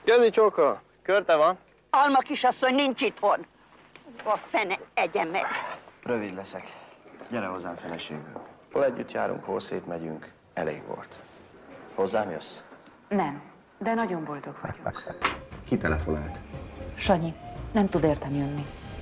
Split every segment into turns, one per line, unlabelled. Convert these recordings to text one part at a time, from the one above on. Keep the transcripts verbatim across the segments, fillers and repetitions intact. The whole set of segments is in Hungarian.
Közi csóka, körte van?
Alma kisasszony nincs itthon. A fene egye meg.
Rövid leszek. Gyere hozzám, feleségül. Hol együtt járunk, hol szétmegyünk. Elég volt. Hozzám jössz?
Nem, de nagyon boldog vagyok.
Ki telefonált?
Sanyi, nem tud értem jönni.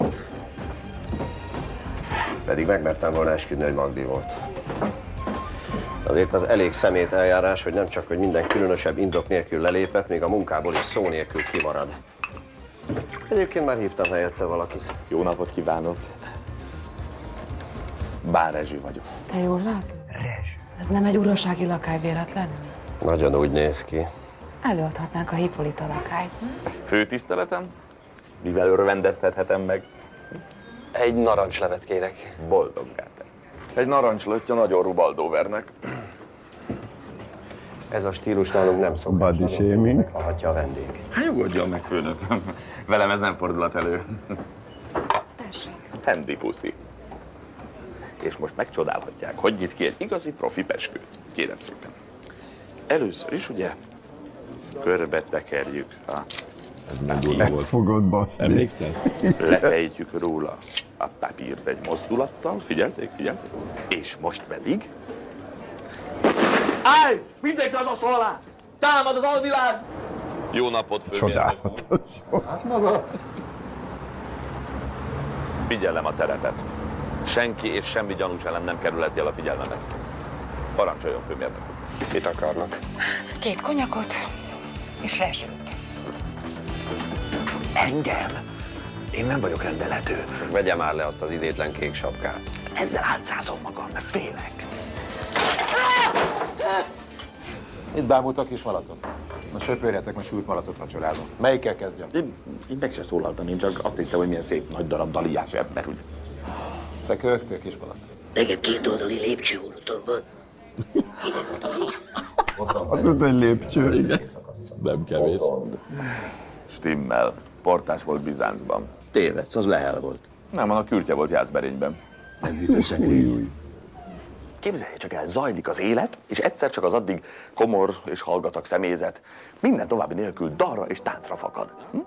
Pedig megmertem volna esküdni, hogy Magdi volt. Azért az elég szemét eljárás, hogy nem csak, hogy minden különösebb indok nélkül lelépett, még a munkából is szó nélkül kimarad. Egyébként már hívtam helyette valakit.
Jó napot kívánok! Bár Rezső vagyok.
Te jól látod? Rezső. Ez nem egy urasági lakály véletlenül?
Nagyon úgy néz ki.
Előadhatnánk a Hippolita lakályt.
Főtiszteletem? Mivel örvendeztethetem meg?
Egy narancslevet kérek.
Boldoggá te. Egy narancslöttye nagyon Rubaldóvernek.
Ez a stílus nálunk nem szokás.
Body shaming.
Meghallhatja a vendég.
Hát nyugodjon meg, főnököm. Velem ez nem fordulhat elő.
Tessék.
Fendi puszi. És most megcsodálhatják, hogy nyit ki egy igazi profi peskőt. Kérem szépen. Először is ugye körbe tekerjük a...
Ez meg volt. Fogod baszni.
Emlékszel? Lefejtjük róla a papírt egy mozdulattal. Figyelték, figyelték? És most pedig... Állj! Mindenki az asztal alá! Támad az alvilág! Jó napot, főmérnök!
Csodálatos.
Figyelem a terepet. Senki és semmi gyanús elem nem kerülheti el a figyelmemet. Parancsoljon, főmérnök!
Mit akarnak?
Két konyakot és rezsőt.
Engem? Én nem vagyok rendelhető.
Vegye már le azt az idétlen kék sapkát.
Ezzel álcázom magam, mert félek.
Itt bámult a kis malacot. Na söpörjetek, mert sült malacot vacsorázom. Melyikkel kezdjem?
Én, én meg se szólaltam, én csak azt hittem, hogy milyen szép nagy darab daliás ember, úgy.
Te köhögtél, kis malac.
Nekem két oldali lépcsőúton van.
Azt mondta, hogy lépcső.
Igen. Nem kevés. Stimmel. Portás volt Bizáncban.
Tévedsz, az Lehel volt.
Nem, a kürtje volt Jászberényben.
Nem jut össze.
Képzelje csak el, zajlik az élet, és egyszer csak az addig komor és hallgatag személyzet minden további nélkül dalra és táncra fakad. Hm?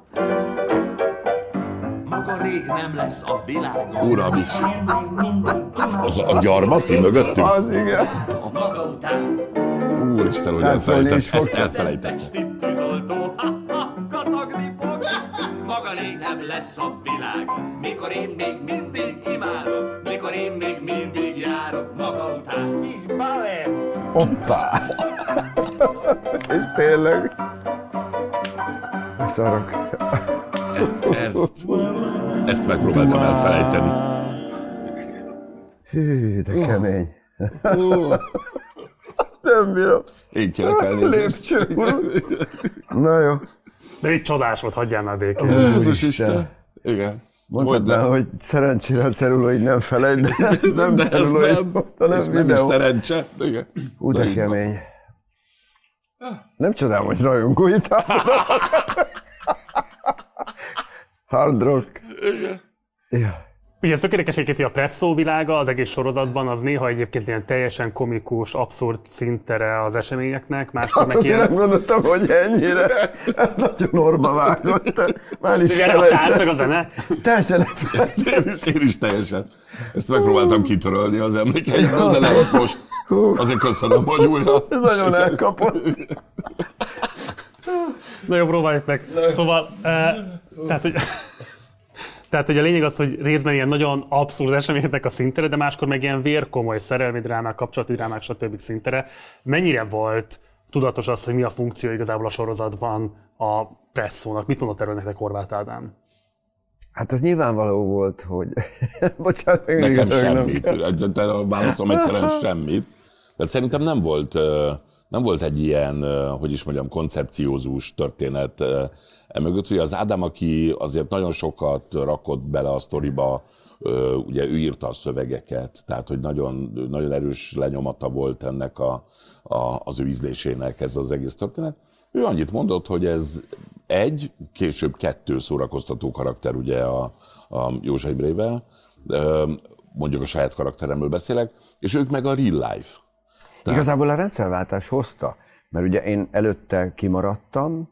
Maga rég nem lesz a világon.
Uramisten! Az a gyarmati mögöttünk?
Az igen.
Maga után.
Úristen, hogy
Táncolni
elfelejtettem.
is
Ezt
fogta.
elfelejtettem.
Testit tűzoltó, kacagni fog. Maga rég nem lesz a világon. Mikor én még mindig imádok, mikor én még mindig járok maga után. Kis balett!
Hoppá! És tényleg. Szarok.
Ezt, ezt, ezt megpróbáltam elfelejteni.
Hű, de kemény. Nem bírom.
Én kérek elnézést.
Lépcső, uram. Na jó.
De így csodás volt, hagyjál már békén.
Jézus Isten. Igen.
Mondtad már, hogy szerencsére a celluloid nem felejt, de ez nem
de ez
celluloid,
nem,
hanem
ez nem is
videó.
szerencse. Igen.
Ú, de kemény. Nem csodálom, hogy rajongói támadnak. Hard rock.
Igen.
Ja.
Ugye ez tökéletes egyébként, hogy a presszó világa az egész sorozatban az néha egyébként ilyen teljesen komikus, abszurd szintere az eseményeknek. Máskor
Hát
meg
azért
ilyen...
nem gondoltam, hogy ennyire. Ez nagyon orba vágott. Te már is
Igen, a tánc, a zene.
Teljesen
Én is, én is teljesen. Ezt megpróbáltam kitörölni az emlékeimben, de nem most. Azért köszönöm, hogy újra.
Ez nagyon elkapott.
Na jó, próbáljuk meg. Szóval, eh, tehát, hogy... Tehát, hogy a lényeg az, hogy részben ilyen nagyon abszurd eseményeknek a szintere, de máskor meg ilyen vérkomoly szerelmi drámák, kapcsolati drámák, stb. Szintere. Mennyire volt tudatos az, hogy mi a funkció igazából a sorozatban a presszónak? Mit mondott erről nektek Horváth Ádám?
Hát az nyilvánvaló volt, hogy... Bocsánat, még
Nekem
mindig
semmit. Te válaszolom egyszerűen semmit. Tehát szerintem nem volt, nem volt egy ilyen, hogy is mondjam, koncepciózus történet emögött. Ugye az Ádám, aki azért nagyon sokat rakott bele a sztoriba, ugye ő írta a szövegeket, tehát hogy nagyon, nagyon erős lenyomata volt ennek a, a, az ő ízlésének ez az egész történet. Ő annyit mondott, hogy ez egy, később kettő szórakoztató karakter ugye a, a József Ibrével, mondjuk a saját karakteremről beszélek, és ők meg a real life.
Tehát... Igazából a rendszerváltás hozta, mert ugye én előtte kimaradtam,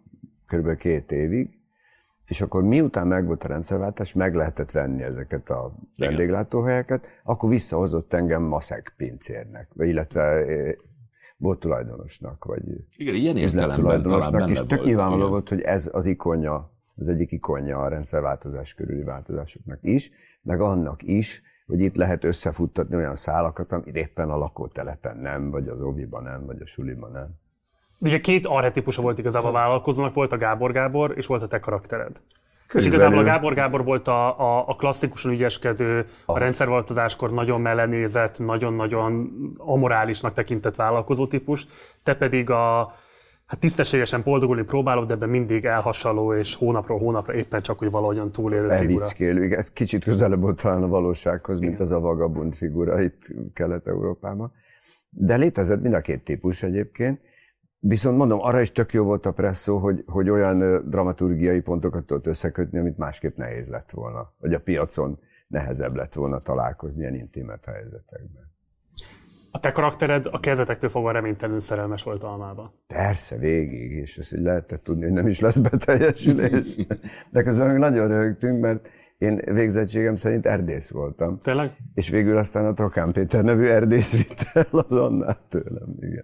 körülbelül két évig, és akkor miután megvolt a rendszerváltás, meg lehetett venni ezeket a vendéglátóhelyeket, akkor visszahozott engem maszek pincérnek, illetve volt tulajdonosnak, vagy
igen, ilyen értelemben talán benne
és tök
volt,
nyilvánvaló
igen.
volt, hogy ez az ikonja, az egyik ikonja a rendszerváltozás körüli változásoknak is, meg annak is, hogy itt lehet összefuttatni olyan szálakat, amit éppen a lakótelepen nem, vagy az óviban nem, vagy a suliban nem.
Ugye két archetípusa volt igazából a vállalkozónak, volt a Gábor Gábor, és volt a te karaktered.
Körülbelül.
És igazából a Gábor Gábor volt a, a, a klasszikusan ügyeskedő, a
Aha.
rendszerváltozáskor nagyon mellenézett, nagyon-nagyon amorálisnak tekintett vállalkozó típus, te pedig a hát tisztességesen boldogulni próbálod, de ebben mindig elhasaló és hónapról hónapra éppen csak, hogy valahogyan túlélő figura.
Elvickélő, igen, ez kicsit közelebb volt talán a valósághoz, mint ez a vagabund figura itt Kelet-Európában. De létezett mind a két típus egyébként. Viszont mondom, arra is tök jó volt a presszó, hogy, hogy olyan dramaturgiai pontokat tudott összekötni, amit másképp nehéz lett volna. Vagy a piacon nehezebb lett volna találkozni ilyen intimebb helyzetekben.
A te karaktered a kezdetektől fogva reménytelenül szerelmes volt Almába.
Persze, végig, és ezt így lehetett tudni, hogy nem is lesz beteljesülés. De közben meg nagyon röhögtünk, mert én végzettségem szerint erdész voltam.
Tényleg?
És végül aztán a Trokán Péter nevű erdész vitt el az Annát tőlem, igen.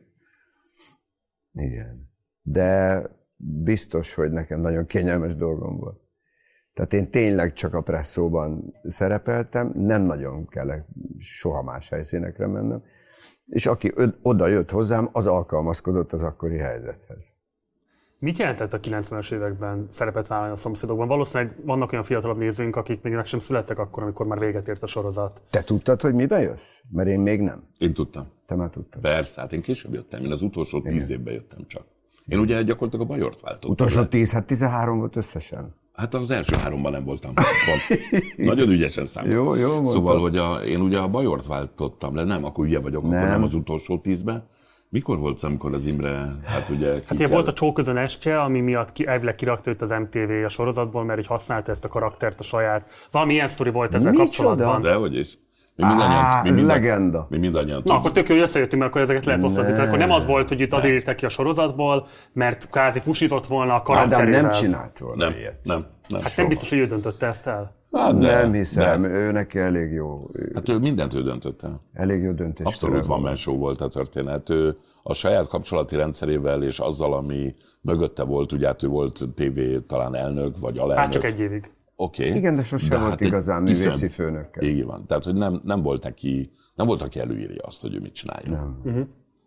Igen. De biztos, hogy nekem nagyon kényelmes dolgom volt. Tehát én tényleg csak a presszóban szerepeltem, nem nagyon kellett soha más helyszínekre mennem, és aki oda jött hozzám, az alkalmazkodott az akkori helyzethez.
Mit jelentett a kilencvenes években szerepet vállalni a Szomszédokban? Valószínűleg vannak olyan fiatalabb nézőink, akik még meg sem születtek akkor, amikor már véget ért a sorozat.
Te tudtad, hogy miben jössz? Mert én még nem.
Én tudtam.
Te már tudtad.
Persze, hát én később jöttem, én az utolsó tíz évben jöttem csak. Én ugye gyakorlatilag a Bajort váltottam.
Utolsó tíz, hát tizenhárom volt összesen.
Hát az első háromban nem voltam. Nagyon ügyesen számoltam.
Jó, jó mondtad.
Szóval, hogy a, én ugye a Bajort váltottam le, nem, akkor ugye vagyok, nem. akkor nem az utolsó tízben. Mikor volt az, amikor az Imre, hát ugye...
Hát ugye volt a Csóközön estje, ami miatt ki, elvileg kirakta őt az em té vé a sorozatból, mert hogy használta ezt a karaktert a saját. Valami ilyen sztori volt ezzel
Micsoda?
kapcsolatban.
Dehogy is. Mi
Á,
mi
ez
minden,
legenda.
Mi mindannyian
Na,
tudjuk.
akkor tök jó, hogy összejöttünk, mert akkor ezeket lehet hosszabbítani. Akkor nem az volt, hogy itt azért írták ki a sorozatból, mert kvázi fusított volna a karakterével.
Ádám nem csinált volna
Nem,
ilyet.
nem, nem.
Hát nem biztos, hogy ő döntötte ezt el.
Hát de,
Nem hiszem,
de.
ő neki elég jó.
Hát ő mindent ő döntött el.
Elég jó döntés.
Abszolút van mensó volt a történet. Ő a saját kapcsolati rendszerével és azzal, ami mögötte volt, ugye hát ő volt tévé talán elnök vagy alelnök.
Hát csak egy évig.
Oké. Okay.
Igen, de sosem volt
egy
igazán művészi
iszonyat-
főnökkel.
Így van. Tehát, hogy nem, nem volt neki, nem volt, aki előírja azt, hogy ő mit csináljon.
Nem.
Uh-huh.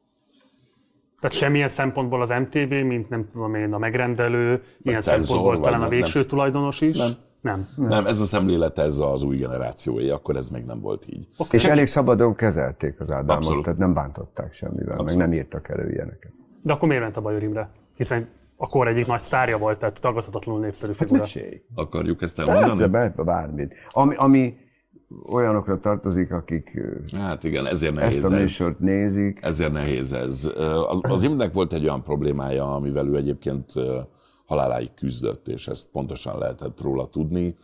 Tehát semmilyen szempontból az em té vé, mint nem tudom én, a megrendelő, ilyen
cenzor,
szempontból
vagy
talán a
nem,
végső
nem.
tulajdonos is.
Nem.
Nem.
Nem. nem, ez a szemlélet, ez az új generációé, akkor ez még nem volt így.
És elég szabadon kezelték az Ádámot,
Abszolút.
tehát nem bántották semmivel,
Abszolút.
meg nem írtak elő ilyeneket.
De akkor miért ment a Bajor Imre? Hiszen akkor egyik nagy sztárja volt, tehát tagadhatatlanul népszerű figura.
Mesélj.
Akarjuk ezt
Persze,
elmondani?
be- bármit. Ami, ami olyanokra tartozik, akik
Hát igen, ezért nehéz
ezt a
ez.
műsort nézik.
Ezért nehéz ez. Az, az Imrnek volt egy olyan problémája, amivel ő egyébként haláláig küzdött, és ezt pontosan lehetett róla tudni,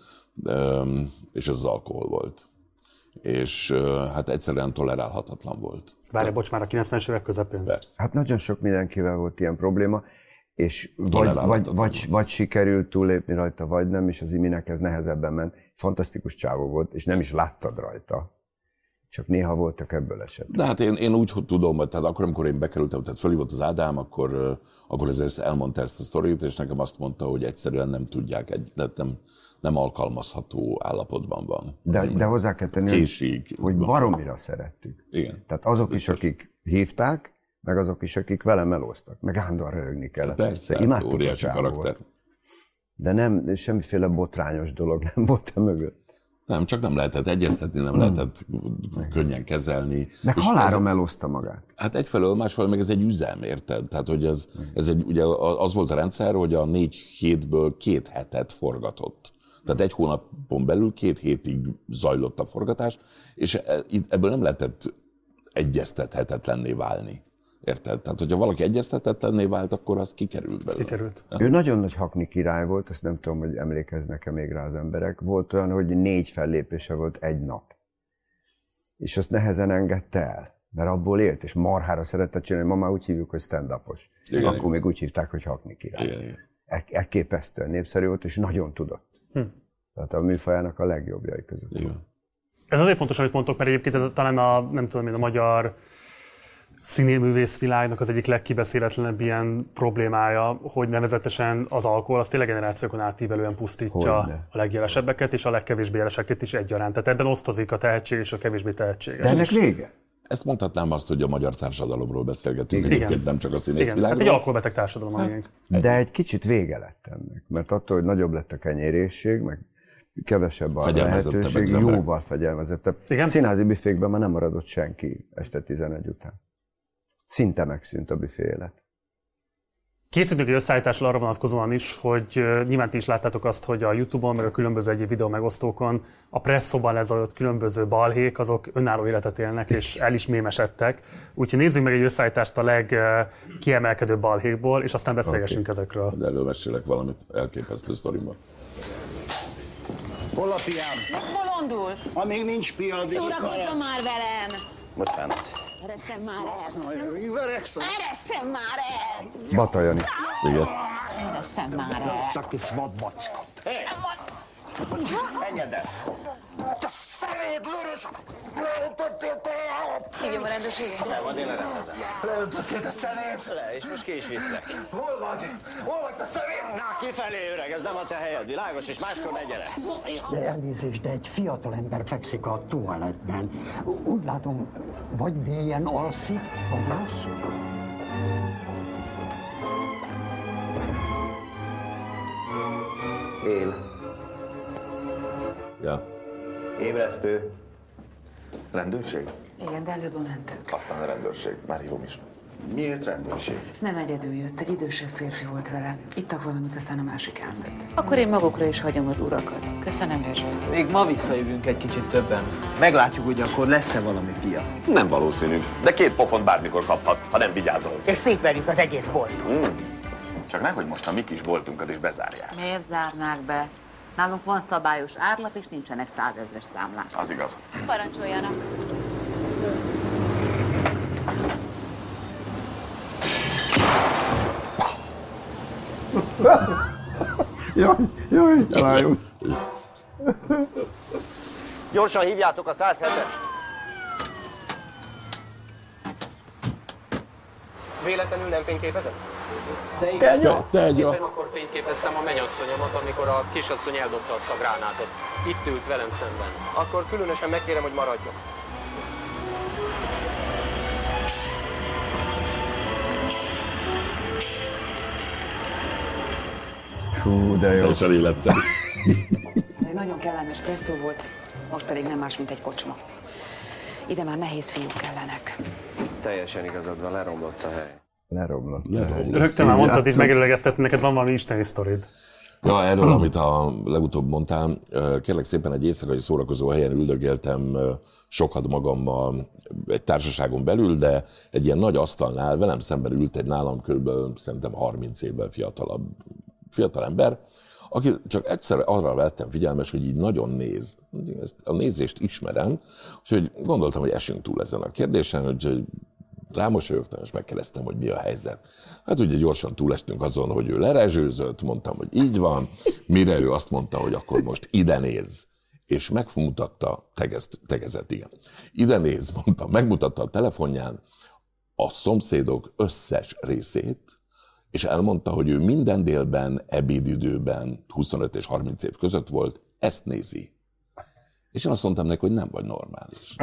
és ez az alkohol volt. És hát egyszerűen tolerálhatatlan volt.
Várja, bocs, már a kilencvenes évek közepén.
Persze.
Hát nagyon sok mindenkivel volt ilyen probléma, és vagy, vagy, vagy, vagy sikerült túllépni rajta, vagy nem, és az Iminek ez nehezebben ment. Fantasztikus csávó volt, és nem is láttad rajta. Csak néha voltak ebből esetek.
De hát én, én úgy tudom, hogy tehát akkor, amikor én bekerültem, tehát fölhívott az Ádám, akkor, akkor ezért elmondta ezt a sztorit, és nekem azt mondta, hogy egyszerűen nem tudják, egy, nem, nem alkalmazható állapotban van.
De, de hozzá kell tenni,
Késig.
hogy baromira szerettük.
Igen.
Tehát azok
Biztos.
is, akik hívták, meg azok is, akik velem melóztak, meg állandóan röhögni kellett.
Persze,
De imádtuk a
óriási
csávót.
karakter.
De nem, semmiféle botrányos dolog nem volt a mögött.
Nem, csak nem lehetett egyeztetni, nem lehetett könnyen kezelni.
Meg
És
halálra
ez-
melózta magát.
Hát egyfelől, másfelől meg ez egy üzem, érted? Tehát, hogy ez, ez egy, ugye az volt a rendszer, hogy a négy hétből két hetet forgatott. Tehát egy hónapon belül két hétig zajlott a forgatás, és e- itt- ebből nem lehetett egyeztethetetlenné válni. Érted? Tehát, hogyha valaki egyeztethetetlenné vált, akkor az kikerült belőle.
Kikerült.
Ő nagyon nagy hakni király volt, azt nem tudom, hogy emlékeznek-e még rá az emberek. Volt olyan, hogy négy fellépése volt egy nap. És azt nehezen engedte el, mert abból élt, és marhára szerette csinálni. Ma már úgy hívjuk, hogy stand-upos.
Igen,
Akkor
igen.
még úgy hívták, hogy hakni király.
Igen, igen.
elképesztően népszerű volt, és nagyon tudott. Hm. Tehát a műfajának a legjobbjai között.
Igen.
Ez azért fontos, amit mondtok, mert egyébként ez talán a, nem tudom én, a magyar színművész világnak az egyik legkibeszéletlenebb ilyen problémája, hogy nevezetesen az alkohol az tényleg generációkon átívelően pusztítja Hogyne. a legjelesebbeket és a legkevésbé jeleseket is egyaránt. Tehát ebben osztozik a tehetség és a kevésbé tehetséges.
De ennek vége?
Ezt mondhatnám azt, hogy a magyar társadalomról beszélgetünk,
Igen.
egyébként nem csak a színészvilágról.
Hát egy alkoholbeteg társadalom hát, a
De egy kicsit vége lett ennek, mert attól, hogy nagyobb lett a kenyérészség, meg kevesebb a lehetőség, jóval fegyelmezettebb. Igen? Színházi büfékben már nem maradott senki este tizenegy után. Szinte megszűnt a büfé élet.
Készítünk egy összeállítással arra vonatkozóan is, hogy uh, nyilván ti is láttátok azt, hogy a YouTube-on, meg a különböző egyéb videó megosztókon a presszóban lezajlott különböző balhék, azok önálló életet élnek és el is mémesedtek. Úgyhogy nézzünk meg egy összeállítást a legkiemelkedőbb balhékból, és aztán beszélgessünk okay. ezekről.
De erről mesélek valamit elképesztő sztorimban.
Hol a fiám?
Bolondult.
Amíg nincs pia, addig
szórakozzon már velem!
Bocsánat.
Eresszem már el!
Verekszem!
Eresszem már el!
Bata Jani.
Igen.
Eresszem már el!
Te kis vadmackot!
Engedd el!
Te szemét vörös! Leöntöttél te!
Hívjam a rendőrséget?
Nem, majd én lerendezem.
Leöntöttél te szemét!
Le, és most ki is viszlek.
Hol vagy? Hol vagy te szemét?
Na, kifelé öreg, ez nem a te helyed, világos, és máskor ne gyere.
De elnézést, de egy fiatal ember fekszik a toalettben. Úgy látom, vagy mélyen alszik, vagy rosszul.
Él.
Ja.
Ébresztő.
Rendőrség?
Igen, de előbb a mentők.
Aztán a rendőrség. Már hívom is.
Miért rendőrség?
Nem egyedül jött, egy idősebb férfi volt vele. Ittak valamit, aztán a másik elment. Akkor én magukra is hagyom az urakat. Köszönöm, Rezső.
Még ma visszajövünk egy kicsit többen. Meglátjuk, hogy akkor lesz-e valami pia.
Nem valószínű, de két pofont bármikor kaphatsz, ha nem vigyázol.
És szétverjük az egész boltot.
Hmm. Csak nehogy most a mi kis boltunkat is bezárják.
Miért zárnák be? Nálunk van szabályos árlap, és nincsenek százezres számlák.
Az igaz.
Parancsoljanak.
Jaj, jaj, lájunk.
Gyorsan hívjátok a száz hetest.
Véletlenül nem fényképezett?
Tegyva, tegyva.
Éppen akkor fényképeztem a mennyasszonyomat, amikor a kisasszony eldobta azt a gránátot. Itt ült velem szemben. Akkor különösen megkérem, hogy maradjon.
Hú, de jó.
Teljesen életszerű.
Egy nagyon kellemes presszó volt, most pedig nem más, mint egy kocsma. Ide már nehéz fiúk kellenek.
Teljesen igazad van, leromlott a hely.
Leromlott.
Leromlott.
Rögtön már mondtad, itt megelőlegeztetni, neked van valami isteni sztorid.
Ja, erről, amit a legutóbb mondtál, kérlek szépen egy éjszakai szórakozó helyen üldögéltem sokat magammal egy társaságon belül, de egy ilyen nagy asztalnál velem szemben ült egy nálam körülbelül szerintem harminc évvel fiatalabb fiatal ember, aki csak egyszer arra lettem figyelmes, hogy így nagyon néz. Ezt a nézést ismerem, úgyhogy gondoltam, hogy esünk túl ezen a kérdésen, hogy rámosolyogtam, és megkérdeztem, hogy mi a helyzet. Hát ugye gyorsan túlestünk azon, hogy ő lerezsőzött, mondtam, hogy így van, mire ő azt mondta, hogy akkor most ide néz. És megmutatta, tegez, tegezett, igen. Ide néz, mondtam, megmutatta a telefonján a szomszédok összes részét, és elmondta, hogy ő minden délben, ebédidőben, huszonöt és harminc év között volt, ezt nézi. És én azt mondtam neki, hogy nem vagy normális.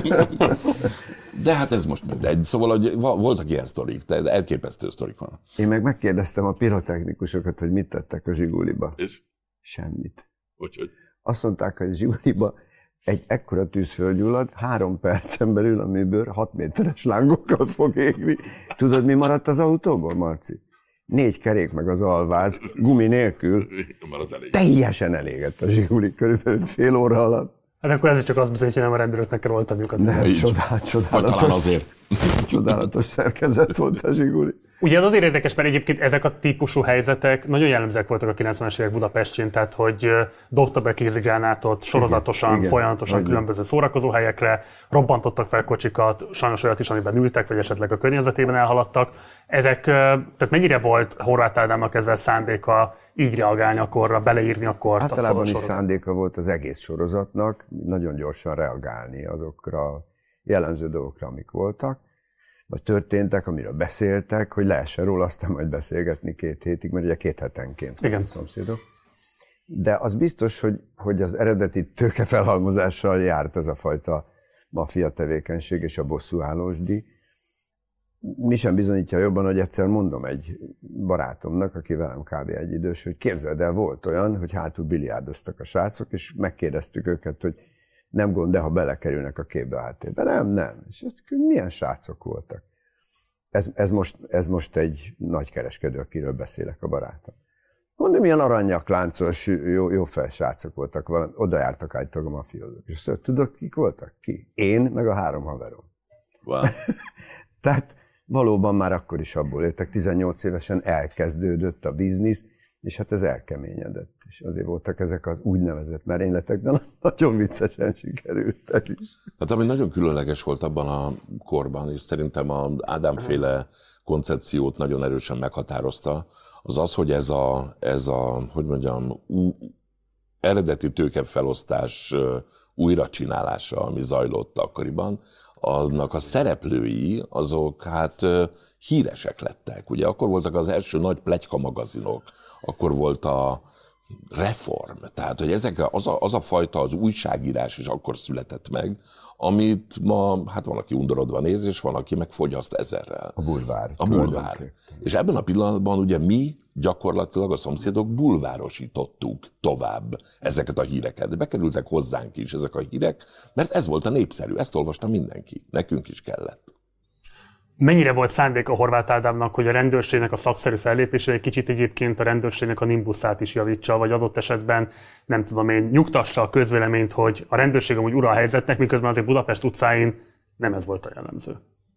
De hát ez most mindegy. Szóval, hogy voltak ilyen sztorik, de elképesztő sztorik van.
Én meg megkérdeztem a pirotechnikusokat, hogy mit tettek a Zsiguliba.
És?
Semmit.
Úgyhogy?
Azt mondták, hogy a Zsiguliba egy ekkora tűz fölgyullad, három percen belül a műbőr hat méteres lángokkal fog égni. Tudod, mi maradt az autóból, Marci? Négy kerék meg az alváz, gumi nélkül.
Elég.
Teljesen elégett a Zsiguli körülbelül fél óra alatt.
Hát akkor ez csak azt bizony, hogy nem a rendőröknek kell oltaniukat.
Nem, csodál, csodálatos.
Talán azért.
Csodálatos szerkezet volt a zsiguli.
Ugye ez azért érdekes, mert egyébként ezek a típusú helyzetek nagyon jellemzőek voltak a kilencvenes évek Budapestjén, tehát hogy dobta be kézigránátot sorozatosan, igen, folyamatosan igen. különböző szórakozóhelyekre, robbantottak fel kocsikat, sajnos olyat is, amiben ültek, vagy esetleg a környezetében elhaladtak. Ezek, tehát mennyire volt Horváth Ádámnak ezzel szándéka így reagálni akkorra, beleírni akkort a
általában is
sorozat?
szándéka volt az egész sorozatnak, nagyon gyorsan reagálni azokra a jellemző dolgokra, amik voltak, vagy történtek, amiről beszéltek, hogy lehessen róla aztán majd beszélgetni két hétig, mert ugye két hetenként
igen.
a szomszédok. De az biztos, hogy, hogy az eredeti tőkefelhalmozással járt ez a fajta maffia tevékenység és a bosszúállósdi. Mi sem bizonyítja jobban, hogy egyszer mondom egy barátomnak, aki velem kb. Egy idős, hogy képzeld el, volt olyan, hogy hátul biliárdoztak a srácok, és megkérdeztük őket, hogy nem gond, de ha belekerülnek a képbe háttérbe. Nem, nem. És ez, milyen srácok voltak? Ez, ez, most, ez most egy nagy kereskedő, akiről beszélek, a barátom. Mondom, milyen aranyak, láncos, jó, jó fel srácok voltak, valami, oda jártak állítólag a mafiózók. És azt tudod, kik voltak? Ki? Én, meg a három haverom.
Wow.
Tehát valóban már akkor is abból éltek, tizennyolc évesen elkezdődött a biznisz, és hát ez elkeményedett. És azért voltak ezek az úgynevezett merényletek, de nagyon viccesen sikerült ez is.
Hát ami nagyon különleges volt abban a korban, és szerintem az Ádám-féle koncepciót nagyon erősen meghatározta, az az, hogy ez a, ez a hogy mondjam, ú, eredeti tőkefelosztás újracsinálása, ami zajlott akkoriban, annak a szereplői, azok hát híresek lettek. Ugye akkor voltak az első nagy pletyka magazinok, akkor volt a Reform, tehát hogy ezek, az, a, az a fajta az újságírás is akkor született meg, amit ma, hát van, aki undorodva néz, és van, aki meg fogyaszt ezerrel.
A bulvár.
A bulvár. És ebben a pillanatban ugye mi gyakorlatilag a szomszédok bulvárosítottuk tovább ezeket a híreket. Bekerültek hozzánk is ezek a hírek, mert ez volt a népszerű, ezt olvasta mindenki. Nekünk is kellett.
Mennyire volt szándék a Horváth Ádámnak, hogy a rendőrségnek a szakszerű fellépésre egy kicsit egyébként a rendőrségnek a nimbuszát is javítsa, vagy adott esetben, nem tudom én, nyugtassa a közvéleményt, hogy a rendőrség amúgy ura a helyzetnek, miközben azért Budapest utcáin nem ez volt a jellemző?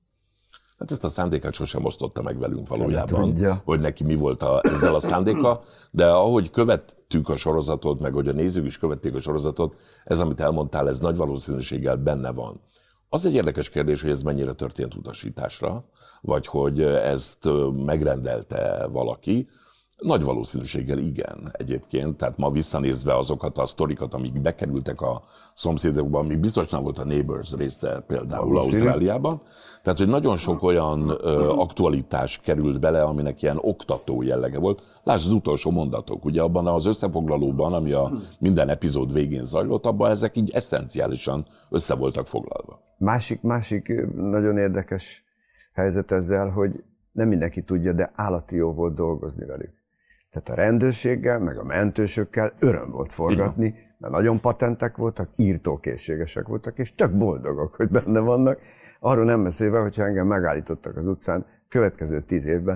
Hát ezt a szándékát sosem osztotta meg velünk valójában, hogy neki mi volt a, ezzel a szándéka, de ahogy követtük a sorozatot, meg hogy a nézők is követték a sorozatot, ez, amit elmondtál, ez nagy valószínűséggel benne van. Az egy érdekes kérdés, hogy ez mennyire történt utasításra, vagy hogy ezt megrendelte valaki. Nagy valószínűséggel igen egyébként, tehát ma visszanézve azokat a sztorikat, amik bekerültek a szomszédokba, amik biztos nem volt a Neighbours része például Ausztráliában. Tehát, hogy nagyon sok olyan ö, aktualitás került bele, aminek ilyen oktató jellege volt. Lásd az utolsó mondatok, ugye abban az összefoglalóban, ami a minden epizód végén zajlott, abban ezek így eszenciálisan össze voltak foglalva.
Másik, másik nagyon érdekes helyzet ezzel, hogy nem mindenki tudja, de állati jó volt dolgozni velük. Tehát a rendőrséggel, meg a mentősökkel öröm volt forgatni, mert nagyon patentek voltak, írtókészségesek voltak, és tök boldogok, hogy benne vannak. Arról nem beszélve, hogyha engem megállítottak az utcán, következő tíz évben,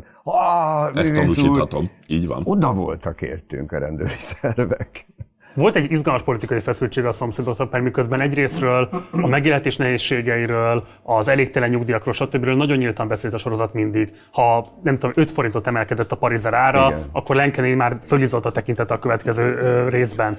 ezt tanúsíthatom, így van.
Oda voltak értünk a rendőri szervek.
Volt egy izgalmas politikai feszültség a szomszédoknak, mert miközben egyrésztről a megélhetés nehézségeiről, az elégtelen nyugdíjakról, stb. Nagyon nyíltan beszélt a sorozat mindig. Ha nem tudom, öt forintot emelkedett a parizer ára, igen, akkor Lenkené már fölizott a tekintet a következő ö, részben.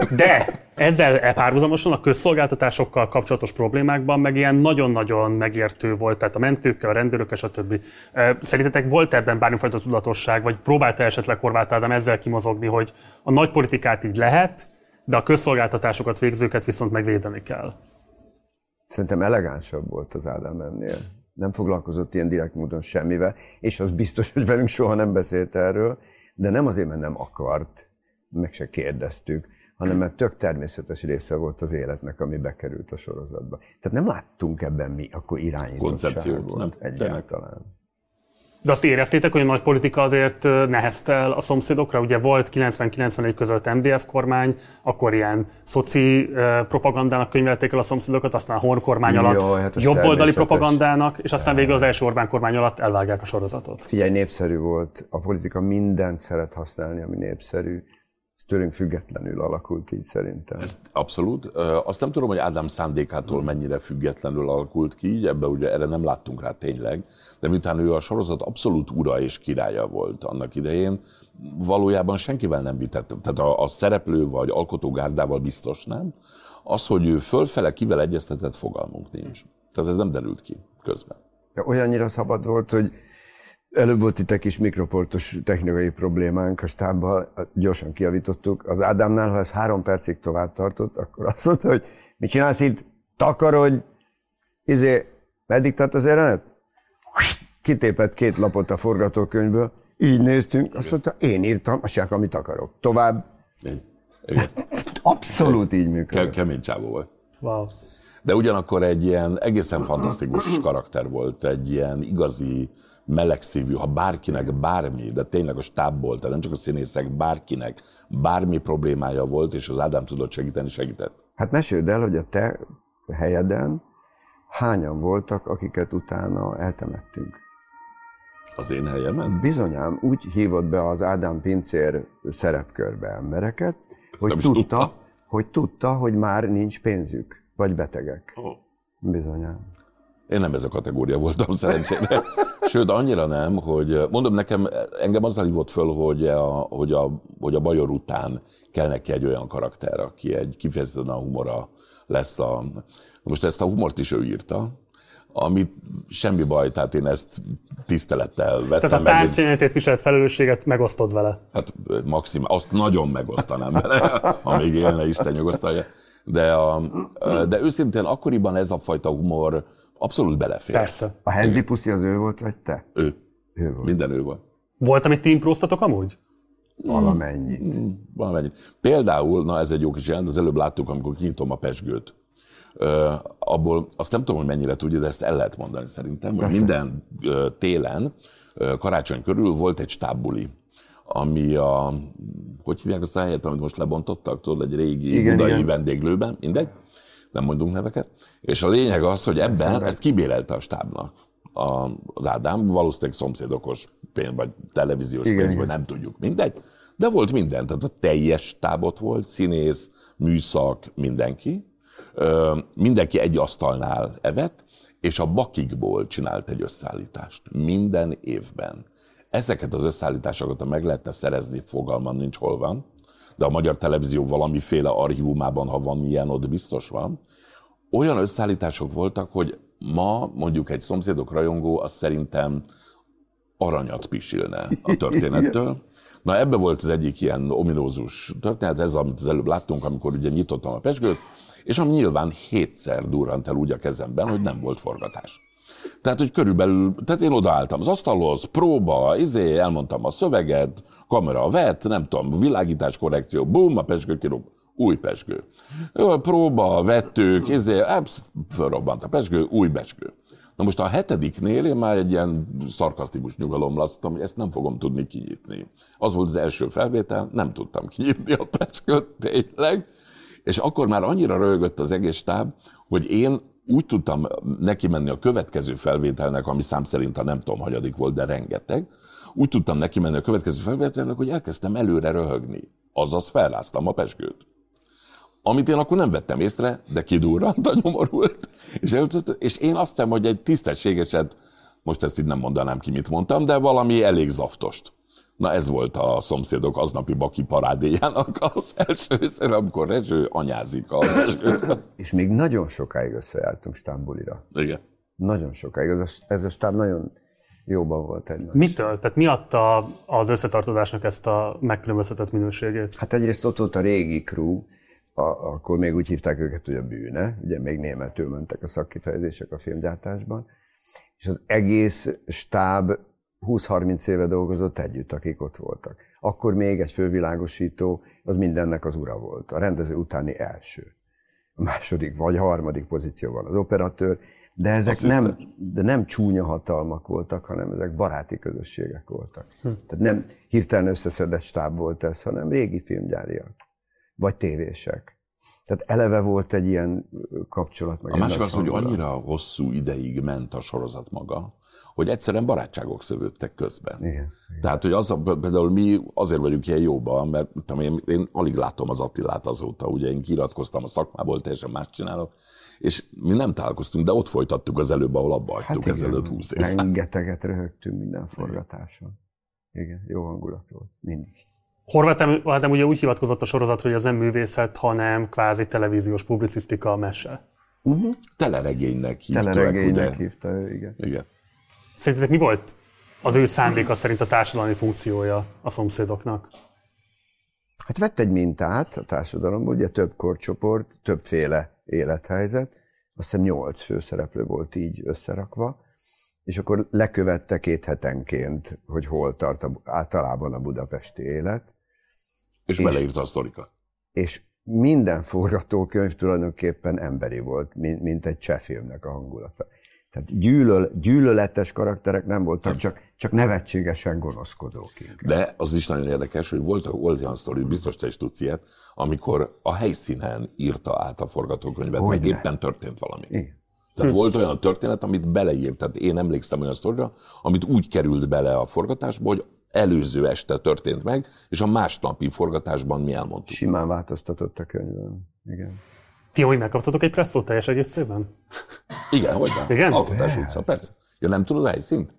De ezzel párhuzamosan a közszolgáltatásokkal kapcsolatos problémákban meg ilyen nagyon-nagyon megértő volt, tehát a mentőkkel, a rendőrökkel, stb. Szerintetek volt ebben bármifajta tudatosság, vagy próbálta esetleg Horváth Ádám ezzel kimozogni, hogy a nagy politikát így lehet, de a közszolgáltatásokat végzőket viszont megvédeni kell?
Szerintem elegánsabb volt az Ádám ennél. Nem foglalkozott ilyen direkt módon semmivel, és az biztos, hogy velünk soha nem beszélt erről, de nem azért, mert nem akart, meg se kérdeztük, hanem mert tök természetes része volt az életnek, ami bekerült a sorozatba. Tehát nem láttunk ebben mi akkor irányítottságot egyáltalán.
De azt éreztétek, hogy a nagy politika azért neheztel a szomszédokra? Ugye volt kilencven-kilencvenegy között em dé ef kormány, akkor ilyen szoci propagandának könyvelték el a szomszédokat, aztán a Horn kormány alatt Jó, hát jobboldali propagandának, és aztán végül az első Orbán kormány alatt elvágják a sorozatot.
Figyelj, népszerű volt. A politika mindent szeret használni, ami népszerű. Ez tőlünk függetlenül alakult így szerintem.
Ezt abszolút. Azt nem tudom, hogy Ádám szándékától mennyire függetlenül alakult ki, így ebbe ugye erre nem láttunk rá tényleg, de miután ő a sorozat abszolút ura és királya volt annak idején, valójában senkivel nem vitett, tehát a, a szereplő vagy alkotógárdával biztos nem. Az, hogy ő fölfele kivel egyeztetett, fogalmunk nincs. Tehát ez nem derült ki közben.
De olyannyira szabad volt, hogy előbb volt itt egy kis mikroportos technikai problémánk a stábbal, gyorsan kijavítottuk. Az Ádámnál, ha ez három percig tovább tartott, akkor azt mondta, hogy mit csinálsz itt? Takarodj! Izé, meddig tart az jelenet? Kitépett két lapot a forgatókönyvből, így néztünk, azt mondta, én írtam, azt csinálok, amit akarok. Tovább.
Igen.
Abszolút így működött.
Kemény csávó volt.
Wow.
De ugyanakkor egy ilyen egészen fantasztikus karakter volt, egy ilyen igazi melegszívű, ha bárkinek bármi, de tényleg a stábból, tehát nem csak a színészek, bárkinek bármi problémája volt, és az Ádám tudott segíteni, segített.
Hát meséld el, hogy a te helyeden hányan voltak, akiket utána eltemettünk?
Az én helyemen?
Bizonyám, úgy hívott be az Ádám pincér szerepkörbe embereket, hogy tudta, tudta, hogy tudta, hogy már nincs pénzük, vagy betegek.
Oh.
Bizonyám.
Én nem ez a kategória voltam szerencsére. Sőt, annyira nem, hogy mondom nekem, engem azzal hívott föl, hogy a, hogy, a, hogy a Bajor után kell neki egy olyan karakter, aki egy kifejezetten a humora lesz a... Most ezt a humort is ő írta, amit semmi baj, tehát én ezt tisztelettel vettem.
Tehát a társadalmi viselt felelősséget megosztod vele.
Hát maximál, azt nagyon megosztanám vele, amíg élne, Isten nyugosztalja. De, a, de őszintén akkoriban ez a fajta humor abszolút belefér.
Persze.
A Handy Pussy az ő volt, vagy te?
Ő.
Ő volt.
Minden ő volt.
Volt, amit ti impróztatok amúgy?
Valamennyit.
Mm, valamennyit. Például, na ez egy jó kis jelent, az előbb láttuk, amikor kinyitom a pezsgőt. Uh, abból azt nem tudom, hogy mennyire tudja, de ezt el lehet mondani szerintem, hogy minden uh, télen, uh, karácsony körül volt egy stábbuli, ami a, hogy hívják azt a helyet, amit most lebontottak, tudod, egy régi igen, budai igen. vendéglőben, mindegy, nem mondunk neveket, és a lényeg az, hogy ebben Szerintem. ezt kibérelte a stábnak a, az Ádám, valószínűleg szomszédokos pénz, vagy televíziós igen, pénzből, igen. nem tudjuk, mindegy, de volt minden, tehát a teljes stábot volt, színész, műszak, mindenki, Ö, mindenki egy asztalnál evett, és a bakikból csinált egy összeállítást. Minden évben. Ezeket az összeállításokat, ha meg lehetne szerezni, fogalmam nincs, hol van, de a Magyar Televízió valamiféle archívumában, ha van ilyen, ott biztos van. Olyan összeállítások voltak, hogy ma mondjuk egy szomszédok rajongó, az szerintem aranyat pisilne a történettől. Na ebbe volt az egyik ilyen ominózus történet, ez, amit az előbb láttunk, amikor ugye nyitottam a pezsgőt, és ami nyilván hétszer durrant el úgy a kezemben, hogy nem volt forgatás. Tehát, hogy körülbelül, tehát én odaálltam az asztalhoz, próba, izé, elmondtam a szöveget, kamera vett, nem tudom, világítás, korrekció, bum, a pezsgő kirúg, új pezsgő. Próba, vettők, izé, fölrobbant a pezsgő, új pezsgő. Na most a hetediknél én már egy ilyen szarkasztikus nyugalom láttam, hogy ezt nem fogom tudni kinyitni. Az volt az első felvétel, nem tudtam kinyitni a pezsgőt, tényleg. És akkor már annyira röhögött az egész stáb, hogy én úgy tudtam neki menni a következő felvételnek, ami szám szerint a nem tudom, hanyadik volt, de rengeteg, úgy tudtam neki menni a következő felvételnek, hogy elkezdtem előre röhögni. Azaz felráztam a pezsgőt. Amit én akkor nem vettem észre, de kidurrant a nyomorult. És, és én azt hiszem, hogy egy tisztességeset, most ezt így nem mondanám ki, mit mondtam, de valami elég zaftost. Na ez volt a szomszédok aznapi baki parádéjának az első részén, amikor Rezső anyázik a Rezső.
És még nagyon sokáig összejártunk stábbulira.
Igen.
Nagyon sokáig. Ez a, ez a stáb nagyon jóban volt egymás.
Mitől? Tehát mi adta az összetartozásnak ezt a megkülönböztetett minőségét?
Hát egyrészt ott volt a régi crew, a, akkor még úgy hívták őket, hogy a bűne, ugye még németül mentek a szakkifejezések a filmgyártásban, és az egész stáb húsz-harminc éve dolgozott együtt, akik ott voltak. Akkor még egy fővilágosító, az mindennek az ura volt. A rendező utáni első. A második vagy harmadik pozícióban az operatőr, de ezek nem, de nem csúnya hatalmak voltak, hanem ezek baráti közösségek voltak. Hm. Tehát nem hirtelen összeszedett stáb volt ez, hanem régi filmgyáriak. Vagy tévések. Tehát eleve volt egy ilyen kapcsolat. Meg
A másik az, hogy
hangulat.
annyira hosszú ideig ment a sorozat maga, hogy egyszerűen barátságok szövődtek közben.
Igen, igen.
Tehát, hogy az a, például mi azért vagyunk ilyen jóban, mert tudom, én, én alig látom az Attilát azóta, ugye én kiiratkoztam a szakmából, teljesen más csinálok, és mi nem találkoztunk, de ott folytattuk az előbb, ahol abba hagytuk hát ezelőtt húsz év.
Rengeteget röhögtünk minden forgatáson. Igen, jó hangulat volt, mindig.
Horváth Ádám ugye úgy hivatkozott a sorozatra, hogy ez nem művészet, hanem kvázi televíziós publicisztika mese.
Uh-huh.
Teleregénynek hívták,
Teleregénynek
ugye?
hívta ő, igen.
Igen.
Szerintetek mi volt az ő szándéka szerint a társadalmi funkciója a Szomszédoknak?
Hát vett egy mintát a társadalomból, ugye több korcsoport, többféle élethelyzet, azt hiszem nyolc főszereplő volt így összerakva, és akkor lekövette két hetenként, hogy hol tart a, általában a budapesti élet.
És, és beleírta a sztorikat.
És minden forgatókönyv tulajdonképpen emberi volt, mint, mint egy cseh filmnek a hangulata. Tehát gyűlöl, gyűlöletes karakterek nem voltak, nem. Csak, csak nevetségesen gonoszkodók.
De az is nagyon érdekes, hogy volt, volt olyan sztori, biztos te is tudsz ilyet, amikor a helyszínen írta át a forgatókönyvet, hogy mert éppen történt valami.
Igen.
Tehát
hm.
volt olyan történet, amit beleírt, tehát én emlékszem olyan sztorira, amit úgy került bele a forgatásba, hogy előző este történt meg, és a másnapi forgatásban mi elmondtuk.
Simán változtatott a könyvön. Igen.
Ti hogy megkaptatok egy presszót teljes egészében?
Igen, hogy nem?
Igen?
Alkotás utca, persze. Ja, nem tudod a helyszínt?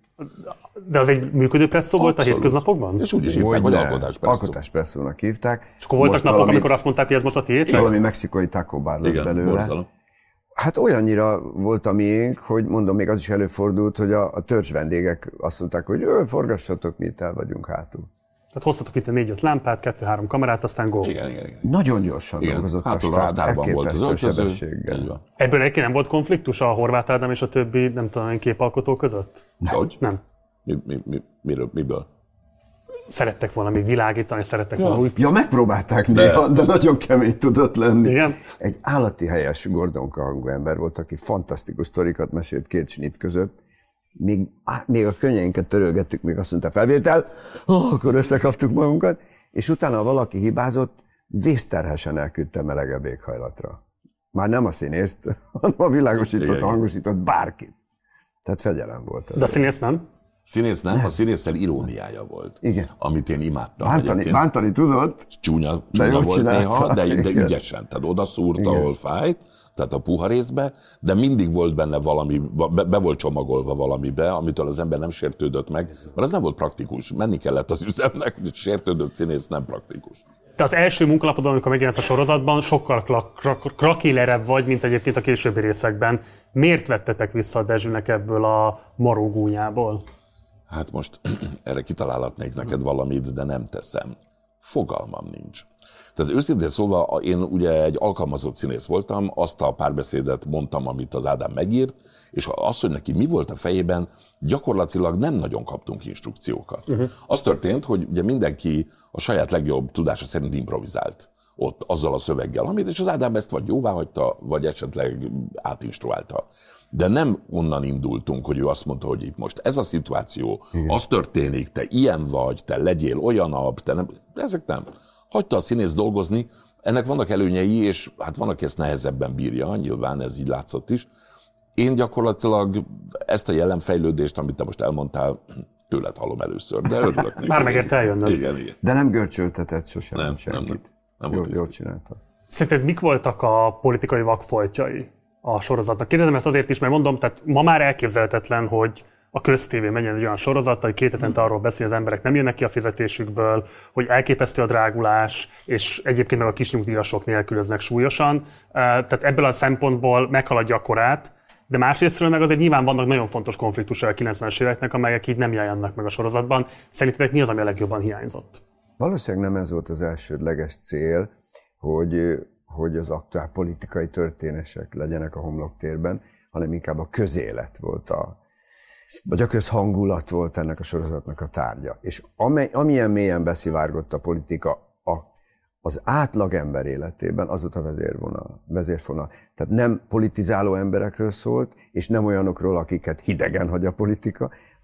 De az egy működő presszó volt a hétköznapokban?
És úgy is hívták, hogy alkotás presszó.
Alkotás presszónak hívták.
És akkor voltak napok, valami, amikor azt mondták, hogy ez most a tiéd?
Valami mexikai taco bar lett belőle. Borzalom. Hát olyannyira volt a miénk, hogy mondom, még az is előfordult, hogy a, a törzs vendégek azt mondták, hogy forgassatok, mi itt el vagyunk hátul.
Tehát hoztatok itt a négy-öt lámpát, kettő-három kamerát, aztán go.
Igen, igen, igen.
Nagyon gyorsan igen. dolgozott a stáb, elképesztő sebességgel.
Ebből egyébként nem volt konfliktus a Horváth Ádám és a többi, nem tudom, én képalkotó között?
Hogy?
Nem.
Mi, mi, mi, miről, miből?
Szerettek valami világítani, szerettek
ja.
valami új...
Ja, megpróbálták néha, de... de nagyon kemény tudott lenni.
Igen?
Egy állati helyes Gordonka hangú ember volt, aki fantasztikus sztorikat mesélt két snit között. Még, még a könnyeinket törölgettük, még azt mondta felvétel, oh, akkor összekaptuk magunkat, és utána valaki hibázott, vészterhesen elküldte melegebb éghajlatra. Már nem a színészt, hanem a világosított, hangosított bárkit. Tehát fegyelem volt.
De a színész nem?
Színész nem, nem, a színésszel iróniája volt.
Igen.
Amit én imádtam.
Bántani, bántani tudod?
Csúnya, csúnya volt csinálta. Néha, de, de ügyesen. Tehát oda szúrta, ahol fájt, tehát a puha részbe, de mindig volt benne valami, be, be volt csomagolva valamibe, amitől az ember nem sértődött meg, mert az nem volt praktikus. Menni kellett az üzemnek, hogy sértődött színész nem praktikus.
Te az első munkalapodon, amikor megjelensz a sorozatban, sokkal krak- krak- krakélerebb vagy, mint egyébként a későbbi részekben. Miért vettetek vissza a Dezsőnek ebből a marógúnyából?
Hát most erre kitalálhatnék neked valamit, de nem teszem. Fogalmam nincs. Tehát őszintén szólva, én ugye egy alkalmazott színész voltam, azt a párbeszédet mondtam, amit az Ádám megírt, és az, hogy neki mi volt a fejében, gyakorlatilag nem nagyon kaptunk instrukciókat. Uh-huh. Az történt, hogy ugye mindenki a saját legjobb tudása szerint improvizált ott azzal a szöveggel, amit, és az Ádám ezt vagy jóvá hagyta, vagy esetleg átinstruálta. De nem onnan indultunk, hogy ő azt mondta, hogy itt most ez a szituáció, igen. Az történik, te ilyen vagy, te legyél olyanabb, te nem, ezek nem. Hagyta a színész dolgozni, ennek vannak előnyei, és hát van, aki ezt nehezebben bírja, nyilván ez így látszott is. Én gyakorlatilag ezt a jelenfejlődést, amit te most elmondtál, tőled hallom először, de örülök.
Már megért eljönnöd.
Igen, igen.
De nem görcsöltetett sosem
nem,
senkit.
Nem, nem, nem
jól, jól csinálta.
Szerinted mik voltak a politikai vakfoltjai a sorozatnak? Kérdezem ezt azért is, mert mondom, tehát ma már elképzelhetetlen, hogy a köztévén menjen egy olyan sorozat, hogy két hetente arról beszél, hogy az emberek nem jönnek ki a fizetésükből, hogy elképesztő a drágulás, és egyébként meg a kisnyugdíjasok nélkülöznek súlyosan. Tehát ebből a szempontból meghaladja a korát, de másrésztről meg azért nyilván vannak nagyon fontos konfliktusai a kilencvenes éveknek, amelyek így nem jelennek meg a sorozatban. Szerintetek mi az, ami a legjobban hiányzott?
Valószínűleg nem ez volt az elsődleges cél, hogy, hogy az aktuál politikai történések legyenek a homloktérben, hanem inkább a közélet volt a vagy a közhangulat volt ennek a sorozatnak a tárgya. És amely, amilyen mélyen beszivárgott a politika a, az átlagember életében, az volt a vezérvonal, vezérfonal. Tehát nem politizáló emberekről szólt, és nem olyanokról, akiket hidegen hagy a politika,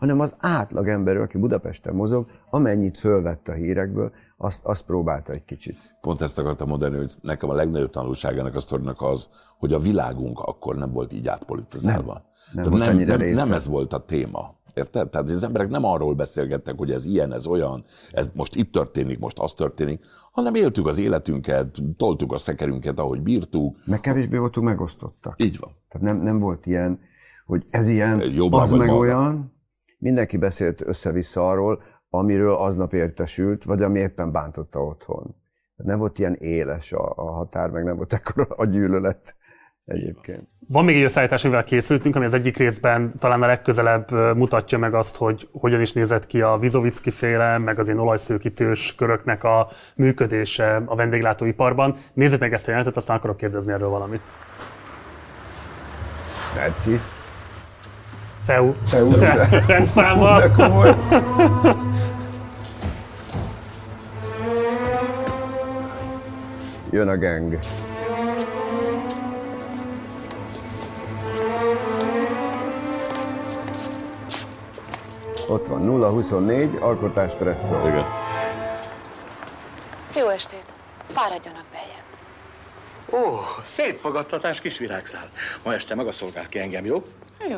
hanem az átlag emberről, aki Budapesten mozog, amennyit fölvett a hírekből, azt, azt próbálta egy kicsit.
Pont ezt akartam mondani, hogy nekem a legnagyobb tanulságának a sztorinak az, hogy a világunk akkor nem volt így átpolitizálva.
Nem, nem,
nem,
volt
nem,
annyira
nem, nem ez volt a téma. Érted? Tehát az emberek nem arról beszélgettek, hogy ez ilyen, ez olyan, ez most itt történik, most az történik, hanem éltük az életünket, toltuk a szekerünket, ahogy bírtuk.
Meg kevésbé voltunk megosztottak.
Így van.
Tehát nem, nem volt ilyen, hogy ez ilyen,
Jobbra
az
vagy
meg
balra.
olyan. Mindenki beszélt össze-vissza arról, amiről aznap értesült, vagy ami éppen bántotta otthon. Nem volt ilyen éles a, a határ, meg nem volt ekkora a gyűlölet egyébként.
Van még egy összeállítás, amivel készültünk, ami az egyik részben talán a legközelebb mutatja meg azt, hogy hogyan is nézett ki a Vizovicki féle, meg az én olajszőkítős köröknek a működése a vendéglátóiparban. Nézzük meg ezt a jelenetet, aztán akarok kérdezni erről valamit.
Merci.
Ceu.
Ceu.
Rendszámmal.
De komoly. Jön a gang. Ott van nulla huszonnégy, alkotás presszor.
Igen.
Jó estét. Fáradjanak beljebb.
Ó, szép fogadtatás, kis virágszál. Ma este meg a szolgál ki engem, jó?
Jó.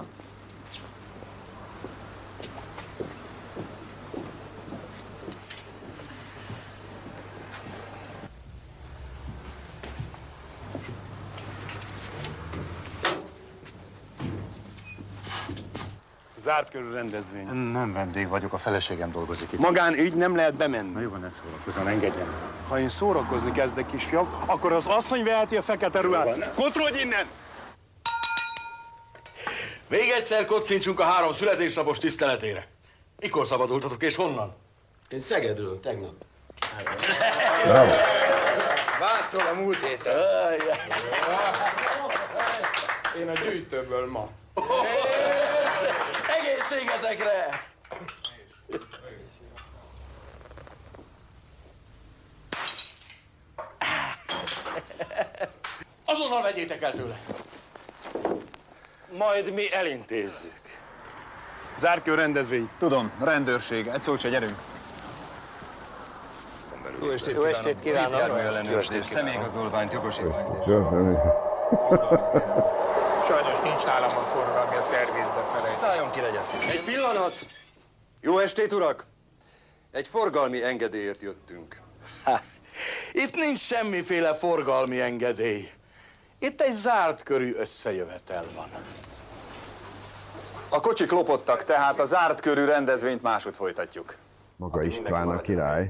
Zárt körű rendezvény.
Nem vendég vagyok, a feleségem dolgozik itt.
Magánügy, nem lehet bemenni.
Na jó, van, ne szórakozzon, engedjen.
Ha én szórakozni kezdek, kisfiam, akkor az asszony veheti a fekete ruhát. Kotrodj innen! Még egyszer kocincsunk a három születésnapos tiszteletére. Mikor szabadultatok és honnan?
Én Szegedről, tegnap.
Bravo.
Vácol a múlt héten.
Én a gyűjtőből ma.
Egészségetekre! Azonnal vegyétek el tőle! Majd mi elintézzük. Zárkő rendezvény.
Tudom, rendőrség, egy szót se, gyerünk.
Jó estét
Jó estét kívánok!
Gépjárműellenőrzés, személyigazolványt, jogosítványt.
Sajnos nincs nálam a forgalmi a szervizbe felejt.
Szálljon ki, legyen szíves. Egy pillanat! Jó estét, urak! Egy forgalmi engedélyért jöttünk.
Ha, itt nincs semmiféle forgalmi engedély. Itt egy zárt körű összejövetel van.
A kocsik lopottak, tehát a zárt körű rendezvényt máshogy folytatjuk.
Maga István a király.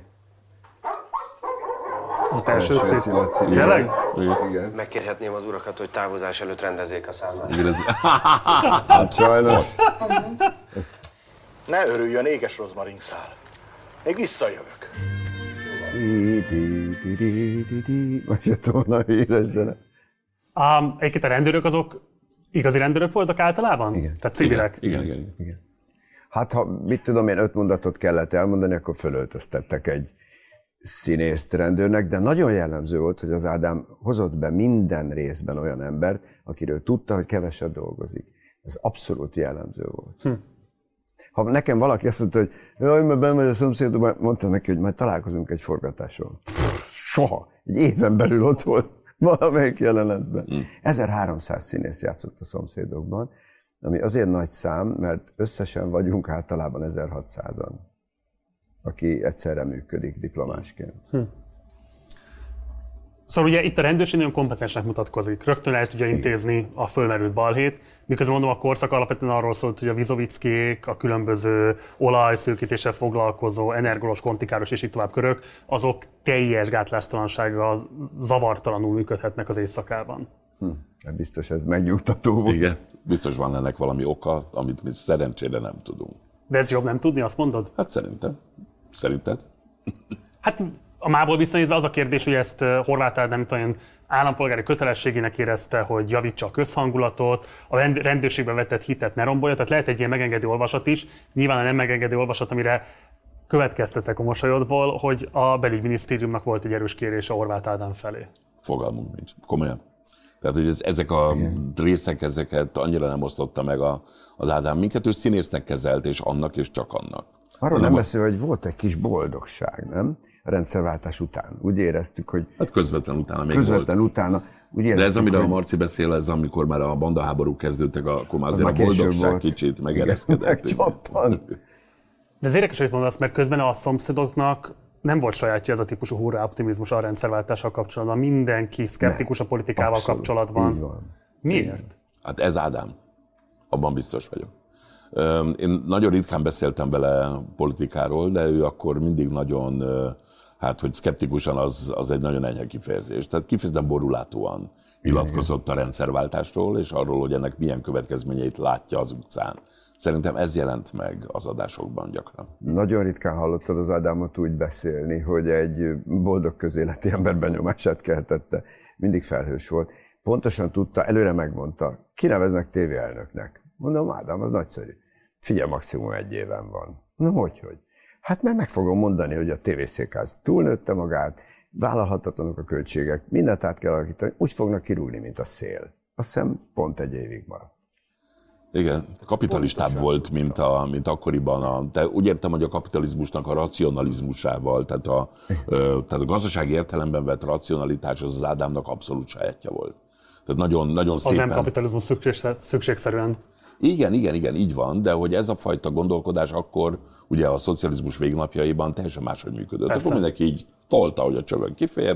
Az belső
Belső
cél.
cél.
Tényleg?
Igen.
Megkérhetném az urakat, hogy távozás előtt rendezzék a számlát.
Hát sajnos. Ez...
Ne örüljön, éges rozmarinszál. Még visszajövök.
Most jött volna a híres zene.
Um, egyébként a rendőrök azok igazi rendőrök voltak általában?
Igen.
Tehát civilek?
Igen, igen, igen.
Igen. Hát ha, mit tudom én, öt mondatot kellett elmondani, akkor fölöltöztettek egy színészt rendőrnek, de nagyon jellemző volt, hogy az Ádám hozott be minden részben olyan embert, akiről tudta, hogy keveset dolgozik. Ez abszolút jellemző volt. Hm. Ha nekem valaki azt mondta, hogy jaj, mert bemegy a szomszédba, mondtam neki, hogy majd találkozunk egy forgatáson. Soha. Egy éven belül ott volt valamelyik jelenetben. Hm. ezerháromszáz színész játszott a szomszédokban, ami azért nagy szám, mert összesen vagyunk általában ezerhatszázan, aki egyszerre működik diplomásként. Hm.
Szóval ugye itt a rendőrség nagyon kompetensnek mutatkozik, rögtön el tudja intézni a fölmerült balhét, miközben mondom a korszak alapvetően arról szólt, hogy a Vizovickiék, a különböző olajszőkítéssel foglalkozó, energolos, kontikáros és így tovább körök, azok teljes gátlástalansággal zavartalanul működhetnek az éjszakában.
Hm. Biztos ez megnyugtató volt.
Igen, biztos van ennek valami oka, amit mi szerencsére nem tudunk.
De ez jobb nem tudni, azt mondod?
Hát szerintem. Szerinted?
Hát a mából visszanézve az a kérdés, hogy ezt Horváth Ádám olyan állampolgári kötelességének érezte, hogy javítsa a közhangulatot, a rendőrségben vetett hitet ne rombolja, tehát lehet egy ilyen megengedő olvasat is, nyilván a nem megengedő olvasat, amire következtetek a mosolyodból, hogy a belügyminisztériumnak volt egy erős kérés a Horváth Ádám felé.
Fogalmunk nincs. Komolyan. Tehát, hogy ez, ezek a Igen. részek, ezeket annyira nem osztotta meg a, az Ádám minket, ő színésznek kezelt, és annak, és csak annak.
Arról nem beszél, hogy volt egy kis boldogság, nem? A rendszerváltás után. Úgy éreztük, hogy...
Hát közvetlen utána még
közvetlen
volt.
utána. Úgy éreztük,
de ez, amire
hogy...
a Marci beszél, ez amikor már a bandaháborúk kezdődtek, akkor már azért a boldogság volt. Kicsit megereszkedett.
Megcsappan.
De ez érdekes, hogy mondasz, mert közben a szomszédoknak nem volt sajátja ez a típusú hurrá optimizmus a rendszerváltással kapcsolatban. Mindenki szkeptikus a politikával
abszolút,
kapcsolatban.
így van.
Miért?
Hát ez Ádám. Abban biztos vagyok. Én nagyon ritkán beszéltem vele politikáról, de ő akkor mindig nagyon, hát hogy szkeptikusan az, az egy nagyon enyhe kifejezés. Tehát kifejezetten borulátóan nyilatkozott a rendszerváltásról, és arról, hogy ennek milyen következményeit látja az utcán. Szerintem ez jelent meg az adásokban gyakran.
Nagyon ritkán hallottad az Ádámot úgy beszélni, hogy egy boldog közéleti ember benyomását keltette. Mindig felhős volt. Pontosan tudta, előre megmondta, kineveznek tévéelnöknek. Mondom, Ádám, az nagyszerű. Figyelj, maximum egy éven van. Mondom, hogyhogy? Hát mert meg fogom mondani, hogy a tévészékház túlnőtte magát, vállalhatatlanok a költségek, mindent át kell alakítani, úgy fognak kirúgni, mint a szél. Azt hiszem pont egy évig maradt.
Igen, kapitalistább Pontosan. volt, mint, a, mint akkoriban. A, de úgy értem, hogy a kapitalizmusnak a racionalizmusával, tehát a, tehát a gazdasági értelemben vett racionalitás az az Ádámnak abszolút sajátja volt. Tehát nagyon, nagyon szépen...
Az nem kapitalizmus szükség, szükségszerűen.
Igen, igen, igen, így van, de hogy ez a fajta gondolkodás akkor ugye a szocializmus végnapjaiban teljesen máshogy működött. Persze. Akkor mindenki így tolta, hogy a csövön kifér,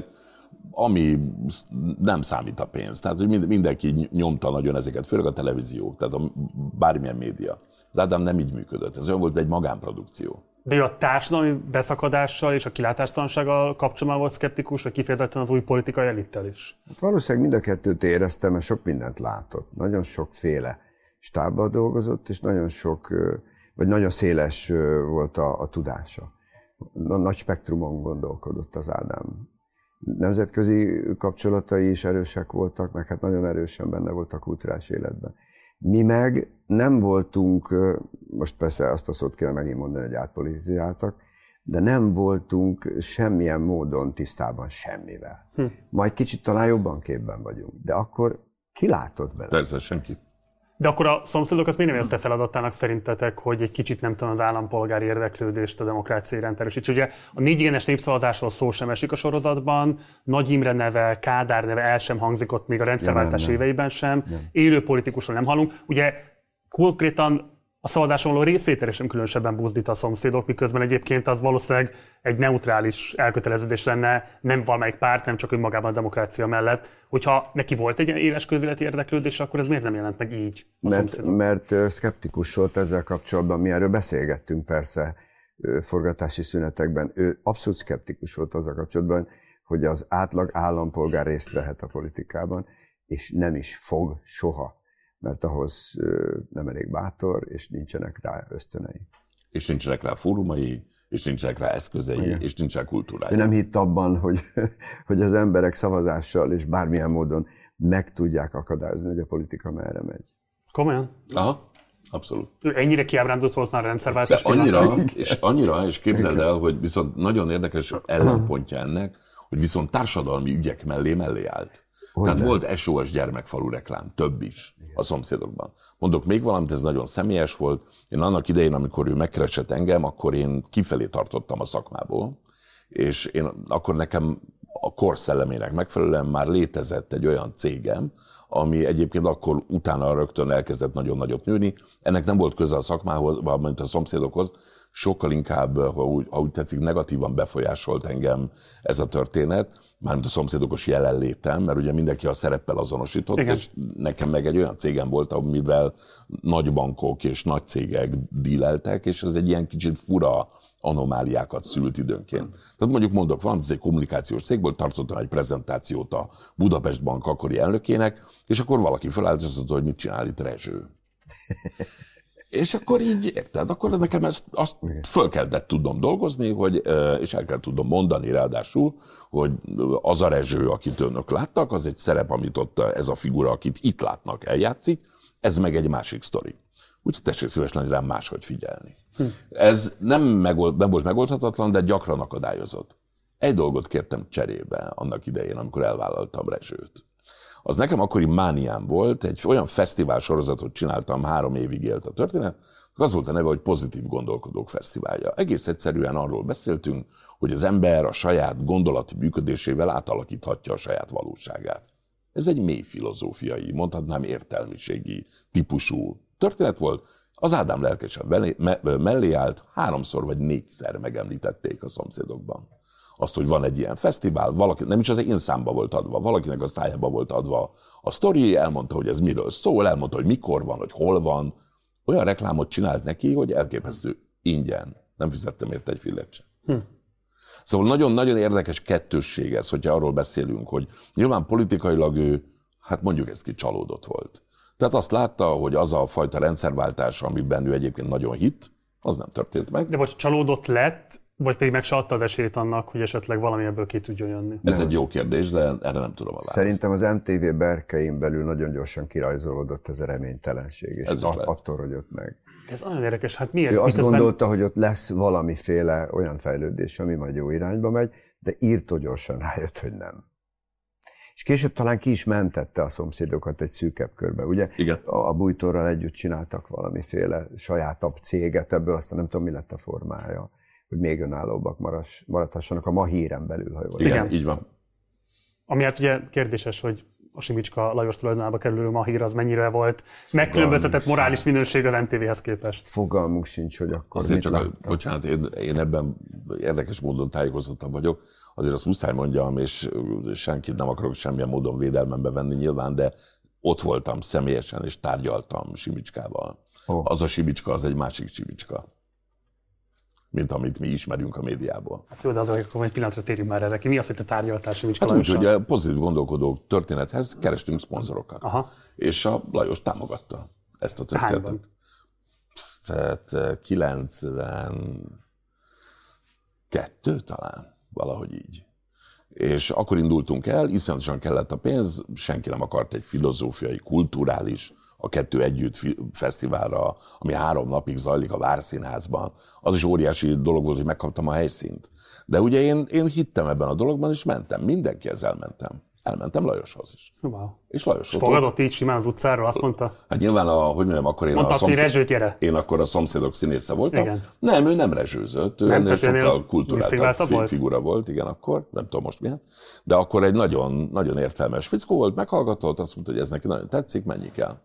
ami nem számít a pénz. Tehát, hogy mindenki nyomta nagyon ezeket, főleg a televízió, tehát a bármilyen média. Az Ádám nem így működött, ez olyan volt, egy magánprodukció.
De ő a társadalmi beszakadással és a kilátástalansággal kapcsolatban volt szkeptikus, vagy kifejezetten az új politikai elittel is?
Hát valószínűleg mind a kettőt éreztem, mert sok mindent látott. Nagyon sokféle stábban dolgozott, és nagyon sok, vagy nagyon széles volt a, a tudása. Nagy spektrumon gondolkodott az Ádám. Nemzetközi kapcsolatai is erősek voltak, meg hát nagyon erősen benne volt a kulturális életben. Mi meg nem voltunk, most persze azt a szót kéne megint mondani, hogy átpolitizáltak, de nem voltunk semmilyen módon tisztában semmivel. Hm. Majd kicsit talán jobban képben vagyunk, de akkor ki látott bele?
Persze, senki.
De akkor a szomszédok azt miért nem érezte feladatának szerintetek, hogy egy kicsit nem tudom az állampolgári érdeklődést a demokrácia iránt erősíts? Ugye a négy igenes népszavazásról szó sem esik a sorozatban, Nagy Imre neve, Kádár neve el sem hangzik ott még a rendszerváltás ja, éveiben sem, nem. Élő politikusról nem hallunk. Ugye konkrétan a szavazáson való részvételre sem különösebben buzdít a szomszédok, miközben egyébként az valószínűleg egy neutrális elköteleződés lenne, nem valamelyik párt, nem csak önmagában a demokrácia mellett. Hogyha neki volt egy éles közéleti érdeklődés, akkor ez miért nem jelent meg így a
mert, mert szkeptikus volt ezzel kapcsolatban, mi erről beszélgettünk persze forgatási szünetekben. Ő abszolút szkeptikus volt azzal kapcsolatban, hogy az átlag állampolgár részt vehet a politikában, és nem is fog soha. Mert ahhoz nem elég bátor, és nincsenek rá ösztönei.
És nincsenek rá fórumai, és nincsenek rá eszközei, Igen. és nincsenek kultúrája.
Ő nem hitt abban, hogy, hogy az emberek szavazással és bármilyen módon meg tudják akadályozni, hogy a politika merre megy.
Komolyan?
Aha, abszolút.
Ő ennyire kiábrándult volt már a rendszerváltás.
De annyira, és annyira, és képzeld el, hogy viszont nagyon érdekes ellenpontja ennek, hogy viszont társadalmi ügyek mellé mellé állt. Hogy Tehát nem? Volt es o es gyermekfalu reklám, több is a szomszédokban. Mondok még valamit, ez nagyon személyes volt. Én annak idején, amikor ő megkeresett engem, akkor én kifelé tartottam a szakmából, és én akkor nekem a kor szellemének megfelelően már létezett egy olyan cégem, ami egyébként akkor utána rögtön elkezdett nagyon nagyot nőni. Ennek nem volt köze a szakmához, mint a szomszédokhoz, sokkal inkább, ha úgy, ha úgy tetszik, negatívan befolyásolt engem ez a történet, mármint a szomszédokos jelenlétem, mert ugye mindenki a szereppel azonosított, Igen. és nekem meg egy olyan cégem volt, amivel nagy bankok és nagy cégek díleltek, és ez egy ilyen kicsit fura anomáliákat szült időnként. Tehát mondjuk mondok, van, ez egy kommunikációs cég volt, tartottam egy prezentációt a Budapest Bank akkori elnökének, és akkor valaki felállt, és azt mondta, hogy mit csinál itt Rezső. És akkor így, érted, akkor nekem ezt, azt föl kellett tudnom dolgozni, hogy, és el kell tudnom mondani ráadásul, hogy az a Rezső, akit önök láttak, az egy szerep, amit ott ez a figura, akit itt látnak, eljátszik, ez meg egy másik sztori. Úgyhogy tessék szívesen rám máshogy figyelni. Hm. Ez nem, megold, nem volt megoldhatatlan, de gyakran akadályozott. Egy dolgot kértem cserébe annak idején, amikor elvállaltam Rezsőt. az nekem akkori mániám volt, egy olyan fesztivál sorozatot csináltam, három évig élt a történet, az volt a neve, hogy Pozitív Gondolkodók Fesztiválja. Egész egyszerűen arról beszéltünk, hogy az ember a saját gondolati működésével átalakíthatja a saját valóságát. Ez egy mély filozófiai, mondhatnám értelmiségi típusú történet volt. Az Ádám lelkesen mellé, me, mellé állt, háromszor vagy négyszer megemlítették a szomszédokban. Azt, hogy van egy ilyen fesztivál, valaki, nem is az én számba volt adva, valakinek a szájába volt adva a sztori, elmondta, hogy ez miről szól, elmondta, hogy mikor van, hogy hol van. Olyan reklámot csinált neki, hogy elképesztő, ingyen. Nem fizettem érte egy fillért sem. Hm. Szóval nagyon-nagyon érdekes kettősség ez, hogyha arról beszélünk, hogy nyilván politikailag ő, hát mondjuk ezt ki, csalódott volt. Tehát azt látta, hogy az a fajta rendszerváltás, amiben ő egyébként nagyon hitt, az nem történt meg.
De most csalódott lett, vagy pedig meg se adta az esélyt annak, hogy esetleg valami ebből ki tudjon jönni?
Ez nem. Egy jó kérdés, de erre nem tudom a választ.
Szerintem az em té vé berkein belül nagyon gyorsan kirajzolódott ez a reménytelenség, és ez attól rogyott meg.
Ez nagyon érdekes, hát miért?
Ő azt
miközben...
gondolta, hogy ott lesz valamiféle olyan fejlődés, ami majd jó irányba megy, de írtó gyorsan rájött, hogy nem. És később talán ki is mentette a szomszédokat egy szűkebb körbe, ugye?
Igen.
A Bújtorral együtt csináltak valamiféle sajátabb céget, ebből aztán nem tudom, mi lett a formája, hogy még önállóbbak maradhassanak a ma híren belül, ha jól.
Igen, igen, így van.
Ami hát ugye kérdéses, hogy a Simicska Lajos tulajdonába kerülő ma hír az mennyire volt megkülönböztetett morális minőség az em té véhez képest.
Fogalmunk sincs, hogy akkor
azért
mit
csak, a, bocsánat, én, én ebben érdekes módon tájékozottabb vagyok, azért azt muszáj mondjam, és senkit nem akarok semmilyen módon védelmembe venni nyilván, de ott voltam személyesen, és tárgyaltam Simicskával. Oh. Az a Simicska, az egy másik Simicska, mint amit mi ismerünk a médiából.
Hát jó, de az, akkor egy pillanatra térjünk már erre ki. Mi az, hogy te tárgyaltál Simicska
Hát úgy,
Lajossal?
hogy a Pozitív Gondolkodók történethez kerestünk szponzorokat.
Aha.
És a Lajos támogatta ezt a történetet. Tehát kilencvenkettő talán, valahogy így. És akkor indultunk el, iszonyatosan kellett a pénz, senki nem akart egy filozófiai, kulturális, a kettő együtt fesztiválra, ami három napig zajlik a Várszínházban. Az is óriási dolog volt, hogy megkaptam a helyszínt. De ugye én, én hittem ebben a dologban, és mentem. Mindenkihez elmentem. Elmentem Lajoshoz is.
Wow.
És Lajos
és fogadott így simán az utcáról, azt mondta?
Hát nyilván, a, hogy mondjam, akkor én
mondta
a szomszéd...
Rezsőt gyere.
Én akkor a szomszédok színésze voltam.
Igen.
Nem, ő nem rezsőzött, ő nem, ennél sokkal kulturáltabb
volt?
figura volt, igen, akkor, nem tudom most milyen. De akkor egy nagyon, nagyon értelmes fickó volt, meghallgatott, azt mondta, hogy ez neki nagyon tetszik, menjünk el.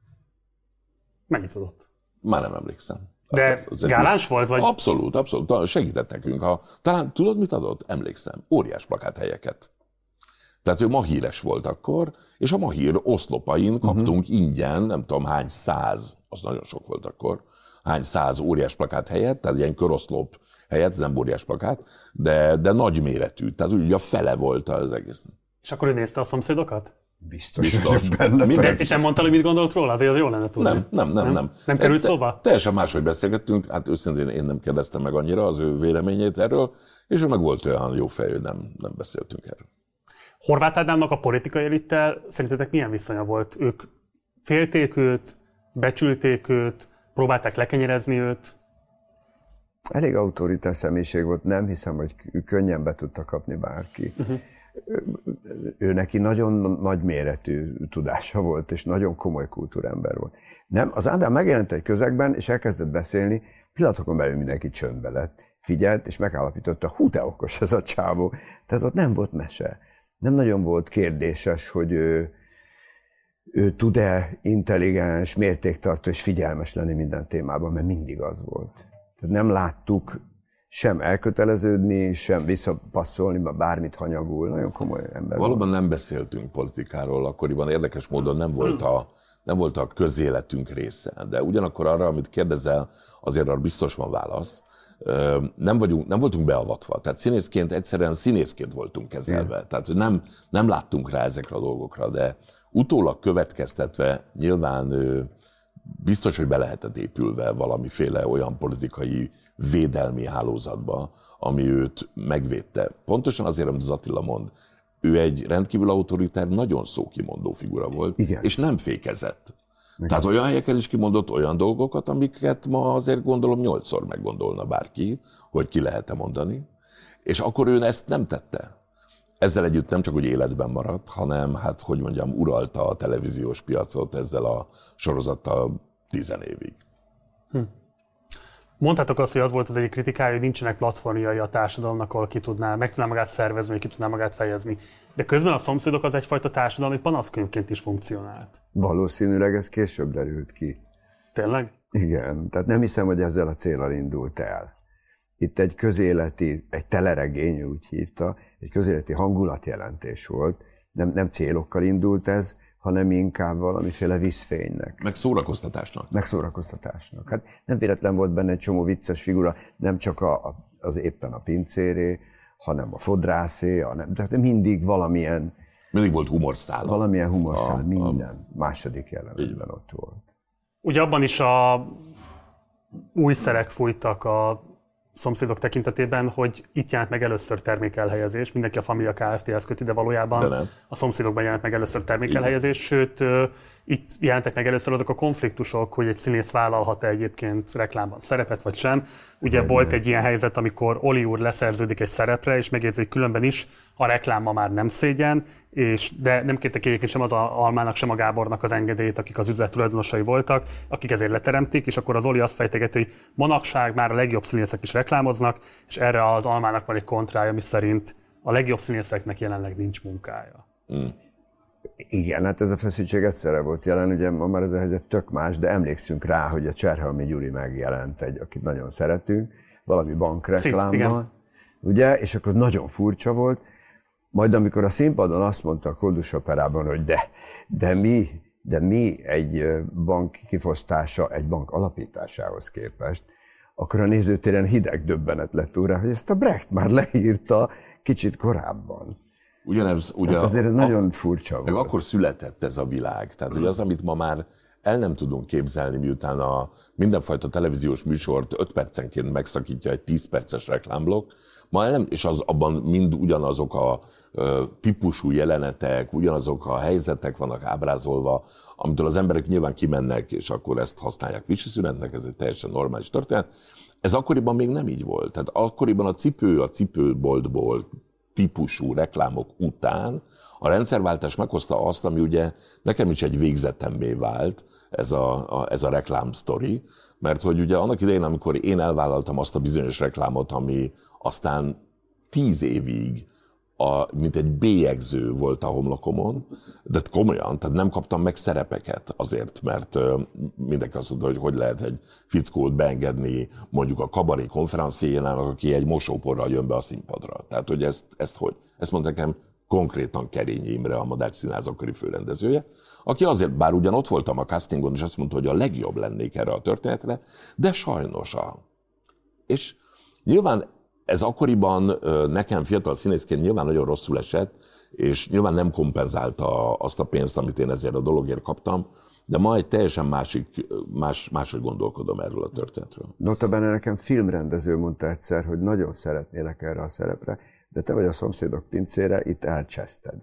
Mennyit adott?
Már nem emlékszem.
De gáláns volt? Vagy?
Abszolút, abszolút. Segített nekünk. Ha, talán tudod, mit adott? Emlékszem. Óriás plakáthelyeket. Tehát ő mahíres volt akkor, és a mahír oszlopain kaptunk uh-huh. ingyen, nem tudom hány száz, az nagyon sok volt akkor, hány száz óriás plakát helyett, tehát ilyen köroszlop helyett, ez nem óriás plakát, de, de nagy méretű. Tehát úgy a fele volt az egésznek.
És akkor ő nézte a szomszédokat?
Biztos,
Biztos.
benne.
Mindenki sem mondta, hogy mit gondolt róla? Azért az jó lenne tudni.
Nem, nem, nem. Nem, nem.
nem került
te,
szóba?
Teljesen máshogy beszélgettünk, hát őszintén én nem kérdeztem meg annyira az ő véleményét erről, és ő meg volt olyan jó fej, hogy nem, nem beszéltünk erről.
Horváth Ádámnak a politikai elittel szerintetek milyen viszonya volt? Ők félték őt, becsülték őt, próbálták lekenyerezni őt?
Elég autoritás személyiség volt, nem hiszem, hogy könnyen be tudta kapni bárki. Uh-huh. Ő neki nagyon nagy méretű tudása volt, és nagyon komoly kultúrember volt. Nem, az Ádám megjelent egy közegben, és elkezdett beszélni, pillanatokon belül mindenki csöndbe lett, figyelt, és megállapította, hú, de okos ez a csávó. Tehát ott nem volt mese. Nem nagyon volt kérdéses, hogy ő, ő tud-e intelligens, mértéktartó és figyelmes lenni minden témában, mert mindig az volt. Tehát nem láttuk sem elköteleződni, sem visszapasszolni, bármit hanyagul. Nagyon komoly ember
Valóban
volt.
Nem beszéltünk politikáról, akkoriban érdekes módon nem volt, a, nem volt a közéletünk része. De ugyanakkor arra, amit kérdezel, azért arra biztos van válasz. Nem, vagyunk, nem voltunk beavatva. Tehát színészként egyszerűen színészként voltunk kezelve. Igen. Tehát nem, nem láttunk rá ezekre a dolgokra, de utólag következtetve nyilván biztos, hogy be lehetett épülve valamiféle olyan politikai védelmi hálózatba, ami őt megvédte. Pontosan azért, amit az Attila mond, ő egy rendkívül autoritár, nagyon szókimondó figura volt, igen. És nem fékezett. Igen. Tehát olyan helyeken is kimondott olyan dolgokat, amiket ma azért gondolom nyolcszor meggondolna bárki, hogy ki lehet-e mondani, és akkor ő ezt nem tette. ezzel együtt nem csak, hogy életben maradt, hanem, hát, hogy mondjam, uralta a televíziós piacot ezzel a sorozattal tizen évig.
Hm. Mondtátok azt, hogy az volt az egyik kritikája, hogy nincsenek platformjai a társadalomnak, ahol ki tudná, meg tudná magát szervezni, ki tudná magát fejezni. De közben a Szomszédok az egyfajta társadalmi panaszkönyvként is funkcionált.
Valószínűleg ez később derült ki.
Tényleg?
Igen, tehát nem hiszem, hogy ezzel a céllal indult el. Itt egy közéleti, egy teleregény, úgy hívta, egy közéleti hangulatjelentés volt. Nem, nem célokkal indult ez, hanem inkább valamiféle vízfénynek.
Meg szórakoztatásnak.
Meg szórakoztatásnak. Hát nem véletlen volt benne egy csomó vicces figura, nem csak a, a, az éppen a pincéré, hanem a fodrászé, hanem, tehát mindig valamilyen...
Mindig volt humorszála.
Valamilyen humorszál,
a,
minden a... második jelenetben ott volt.
Ugye abban is a új szerek fújtak a Szomszédok tekintetében, hogy itt jelent meg először termékelhelyezés, mindenki a Família Kft-hez köti, de valójában de a Szomszédokban jelent meg először termékelhelyezés, sőt, itt jelentek meg először azok a konfliktusok, hogy egy színész vállalhat-e egyébként reklámban szerepet, vagy sem. Ugye de volt egy ilyen helyzet, amikor Oli úr leszerződik egy szerepre, és megjegyzi, hogy különben is a reklám ma már nem szégyen, és, de nem kértek egyébként sem az a Almának, sem a Gábornak az engedélyét, akik az üzlet tulajdonosai voltak, akik ezért leteremtik, és akkor az Oli azt fejtegeti, hogy manapság már a legjobb színészek is reklámoznak, és erre az Almának van egy kontrája, ami szerint a legjobb színészeknek jelenleg nincs munkája. Mm.
Igen, hát ez a feszültség egyszerre volt jelen, ugye ma már ez a helyzet tök más, de emlékszünk rá, hogy a Cserhalmi Gyuri megjelent egy, akit nagyon szeretünk, valami bankreklámmal, ugye, és akkor nagyon furcsa volt. Majd amikor a színpadon azt mondta a Koldus Operában, hogy de, de, mi, de mi egy bank kifosztása egy bank alapításához képest, akkor a nézőtéren hideg döbbenet lett úrá, hogy ezt a Brecht már leírta kicsit korábban.
Ugyanez, ugye
hát azért a, nagyon
a,
furcsa volt.
Meg akkor született ez a világ. Tehát hmm. ugye az, amit ma már el nem tudunk képzelni, miután a mindenfajta televíziós műsort öt percenként megszakítja egy tíz perces reklámblokk, ma el nem, és az, abban mind ugyanazok a ö, típusú jelenetek, ugyanazok a helyzetek vannak ábrázolva, amitől az emberek nyilván kimennek, és akkor ezt használják vizsgaszünetnek, ez egy teljesen normális történet. Ez akkoriban még nem így volt. Tehát akkoriban a cipő, a cipőboltból típusú reklámok után a rendszerváltás meghozta azt, ami ugye nekem is egy végzetemmé vált, ez a, a, ez a reklámsztori, mert hogy ugye annak idején, amikor én elvállaltam azt a bizonyos reklámot, ami aztán tíz évig a, mint egy bélyegző volt a homlokomon, de komolyan, tehát nem kaptam meg szerepeket azért, mert uh, mindenki azt mondta, hogy hogy lehet egy fickót beengedni mondjuk a kabaré konferenciájának, aki egy mosóporral jön be a színpadra. Tehát, hogy ezt, ezt hogy? Ezt mondta nekem konkrétan Kerényi Imre, a Madách Színház akkori főrendezője, aki azért, bár ugyan ott voltam a castingon, és azt mondta, hogy a legjobb lennék erre a történetre, de sajnos a... És nyilván ez akkoriban nekem fiatal színészként nyilván nagyon rosszul esett, és nyilván nem kompenzálta azt a pénzt, amit én ezért a dologért kaptam, de ma egy teljesen másik, más, máshogy gondolkodom erről a történetről.
Notabene nekem filmrendező mondta egyszer, hogy nagyon szeretnélek erre a szerepre, de te vagy a Szomszédok pincére, itt elcseszted.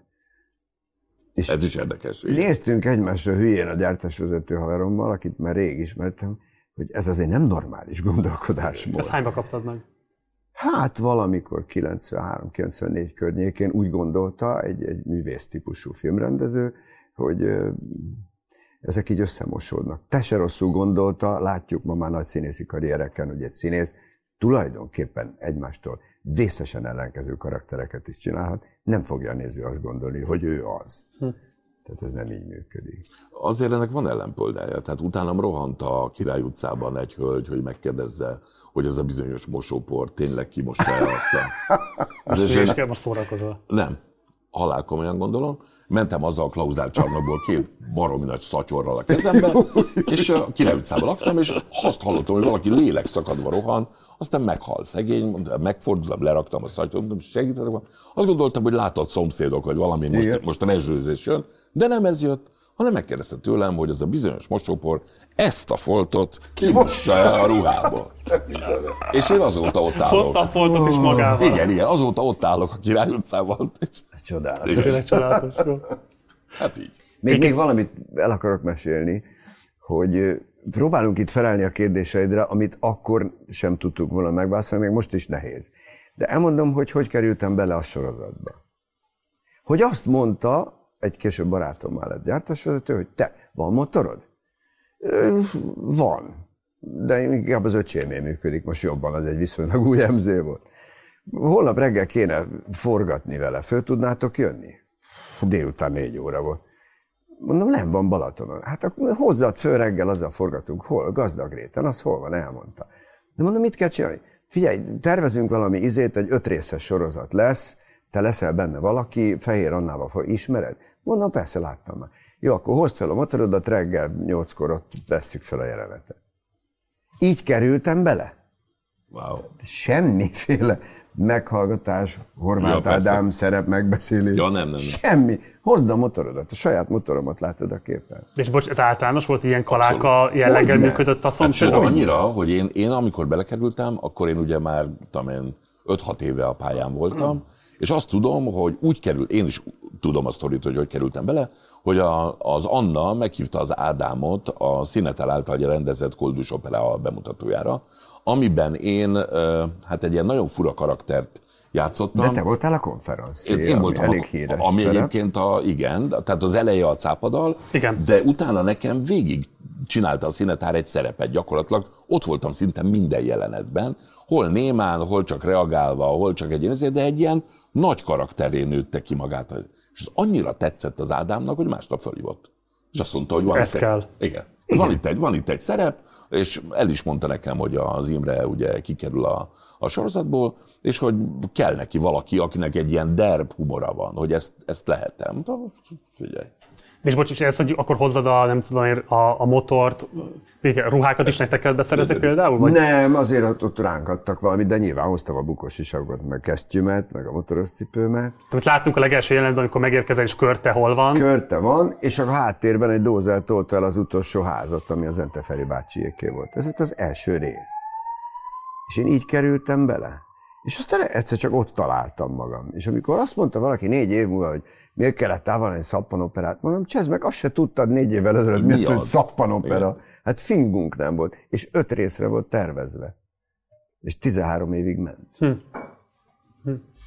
És
ez is érdekes.
Néztünk egymásra hülyén a gyártásvezető haverommal, akit már rég ismertem, hogy ez azért nem normális gondolkodásmód.
Ezt hányba kaptad meg?
Hát valamikor kilencvenhárom kilencvennégy környékén úgy gondolta egy, egy művész típusú filmrendező, hogy ezek így összemosódnak. Te se rosszul gondolta, látjuk ma már nagy színészi karriereken, hogy egy színész tulajdonképpen egymástól vészesen ellenkező karaktereket is csinálhat, nem fogja a néző azt gondolni, hogy ő az. Hm. Tehát ez nem így működik.
Azért ennek van ellenpéldája. Tehát utánam rohant a Király utcában egy hölgy, hogy megkérdezze, hogy az a bizonyos mosópor tényleg kimossa-e azt a...
Most is kell, most szórakozol.
Nem. Halál komolyan gondolom. Mentem azzal a Klauzál csarnokból két baromi nagy szatyorral a kezembe, és a Király utcában laktam, és azt hallottam, hogy valaki lélek szakadva rohan, aztán meghal szegény, megfordultam, leraktam a szatyort, és segítettem. Azt gondoltam, hogy látott Szomszédok, hogy valami most, most a rezsőzés jön, de nem ez jött, hanem megkérdezte tőlem, hogy az a bizonyos mosópor ezt a foltot kimossa a ruhából. És én azóta ott állok.
Hozta a foltot is magával.
Igen, igen, azóta ott állok a Király utcában.
Csodálatos.
Csodálatos.
Hát így.
Még, még valamit el akarok mesélni, hogy próbálunk itt felelni a kérdéseidre, amit akkor sem tudtuk volna megválaszolni, még most is nehéz. De elmondom, hogy hogy kerültem bele a sorozatba. hogy azt mondta, egy később barátommal lett gyártásvezető, hogy te, van motorod? Van, de inkább az öcsémé működik most jobban, az egy viszonylag új em zé volt. Holnap reggel kéne forgatni vele, föl tudnátok jönni? Délután négy óra volt. Mondom, nem van Balatonon. Hát akkor hozzad föl reggel, azzal forgatunk. Hol? Gazdagréten, az hol van? Elmondta. De mondom, mit kell csinálni? Figyelj, tervezünk valami izét, egy öt részes sorozat lesz, te leszel benne valaki, Fehér Annával fog, ismered? Mondom, persze, láttam már. Jó, akkor hozd fel a motorodat, reggel nyolckor ott vesszük fel a jelenetet. Így kerültem bele.
Wow.
Semmiféle meghallgatás, Horváth
Ja,
Ádám szerep megbeszélés.
Ja, nem, nem, nem.
Semmi. Hozd a motorodat, a saját motoromat látod a képen.
És bocs, ez általános volt, ilyen kaláka jelleggel működött a szomszédok?
Hát annyira, hogy én, én amikor belekerültem, akkor én ugye már tudom, öt-hat éve a pályán voltam, hmm. és azt tudom, hogy úgy kerül, én is tudom a sztorit, hogy hogy kerültem bele, hogy a, az Anna meghívta az Ádámot a Színetel által rendezett Koldus Opera bemutatójára, amiben én hát egy ilyen nagyon fura karaktert játszottam.
De te voltál a konferencián,
én, én voltam
elég
a,
híres
ami
szerep.
egyébként a, igen, tehát az eleje a cápadal,
igen.
De utána nekem végig csinálta a Színetár egy szerepet, gyakorlatilag ott voltam szinte minden jelenetben, hol némán, hol csak reagálva, hol csak egy ilyen, de egy ilyen nagy karakterén nőtte ki magát. És ez annyira tetszett az Ádámnak, hogy másnap fölhívott. És azt mondta, hogy van
ez
itt
kell.
egy, igen, igen. Van, itt egy, van itt egy szerep, és el is mondta nekem, hogy az Imre ugye kikerül a, a sorozatból, és hogy kell neki valaki, akinek egy ilyen derb humora van, hogy ezt, ezt lehetem. Figyelj.
És bocs, és ez, hogy akkor hozzad a, nem tudom, a, a motort, a ruhákat is nektek kell beszerezni például? Vagy?
Nem, azért ott, ott ránk adtak valamit, de nyilván hoztam a bukós isagot, meg kesztyümet, meg a motoros cipőmet.
Tehát láttunk a legelső jelenetben, amikor megérkezel, és Körte hol van.
Körte van, és a háttérben egy dózer tolta el az utolsó házat, ami az Ente Feri bácsiéké volt. Ez az első rész. És én így kerültem bele. És aztán egyszer csak ott találtam magam. És amikor azt mondta valaki négy év múlva, hogy miért kellett távolni egy szappanoperát, mondom, csezd meg, azt se tudtad négy évvel ezelőtt, mi az, hogy szappanopera. Hát fingunk nem volt, és öt részre volt tervezve. És tizenhárom évig ment.
Hm. Hm.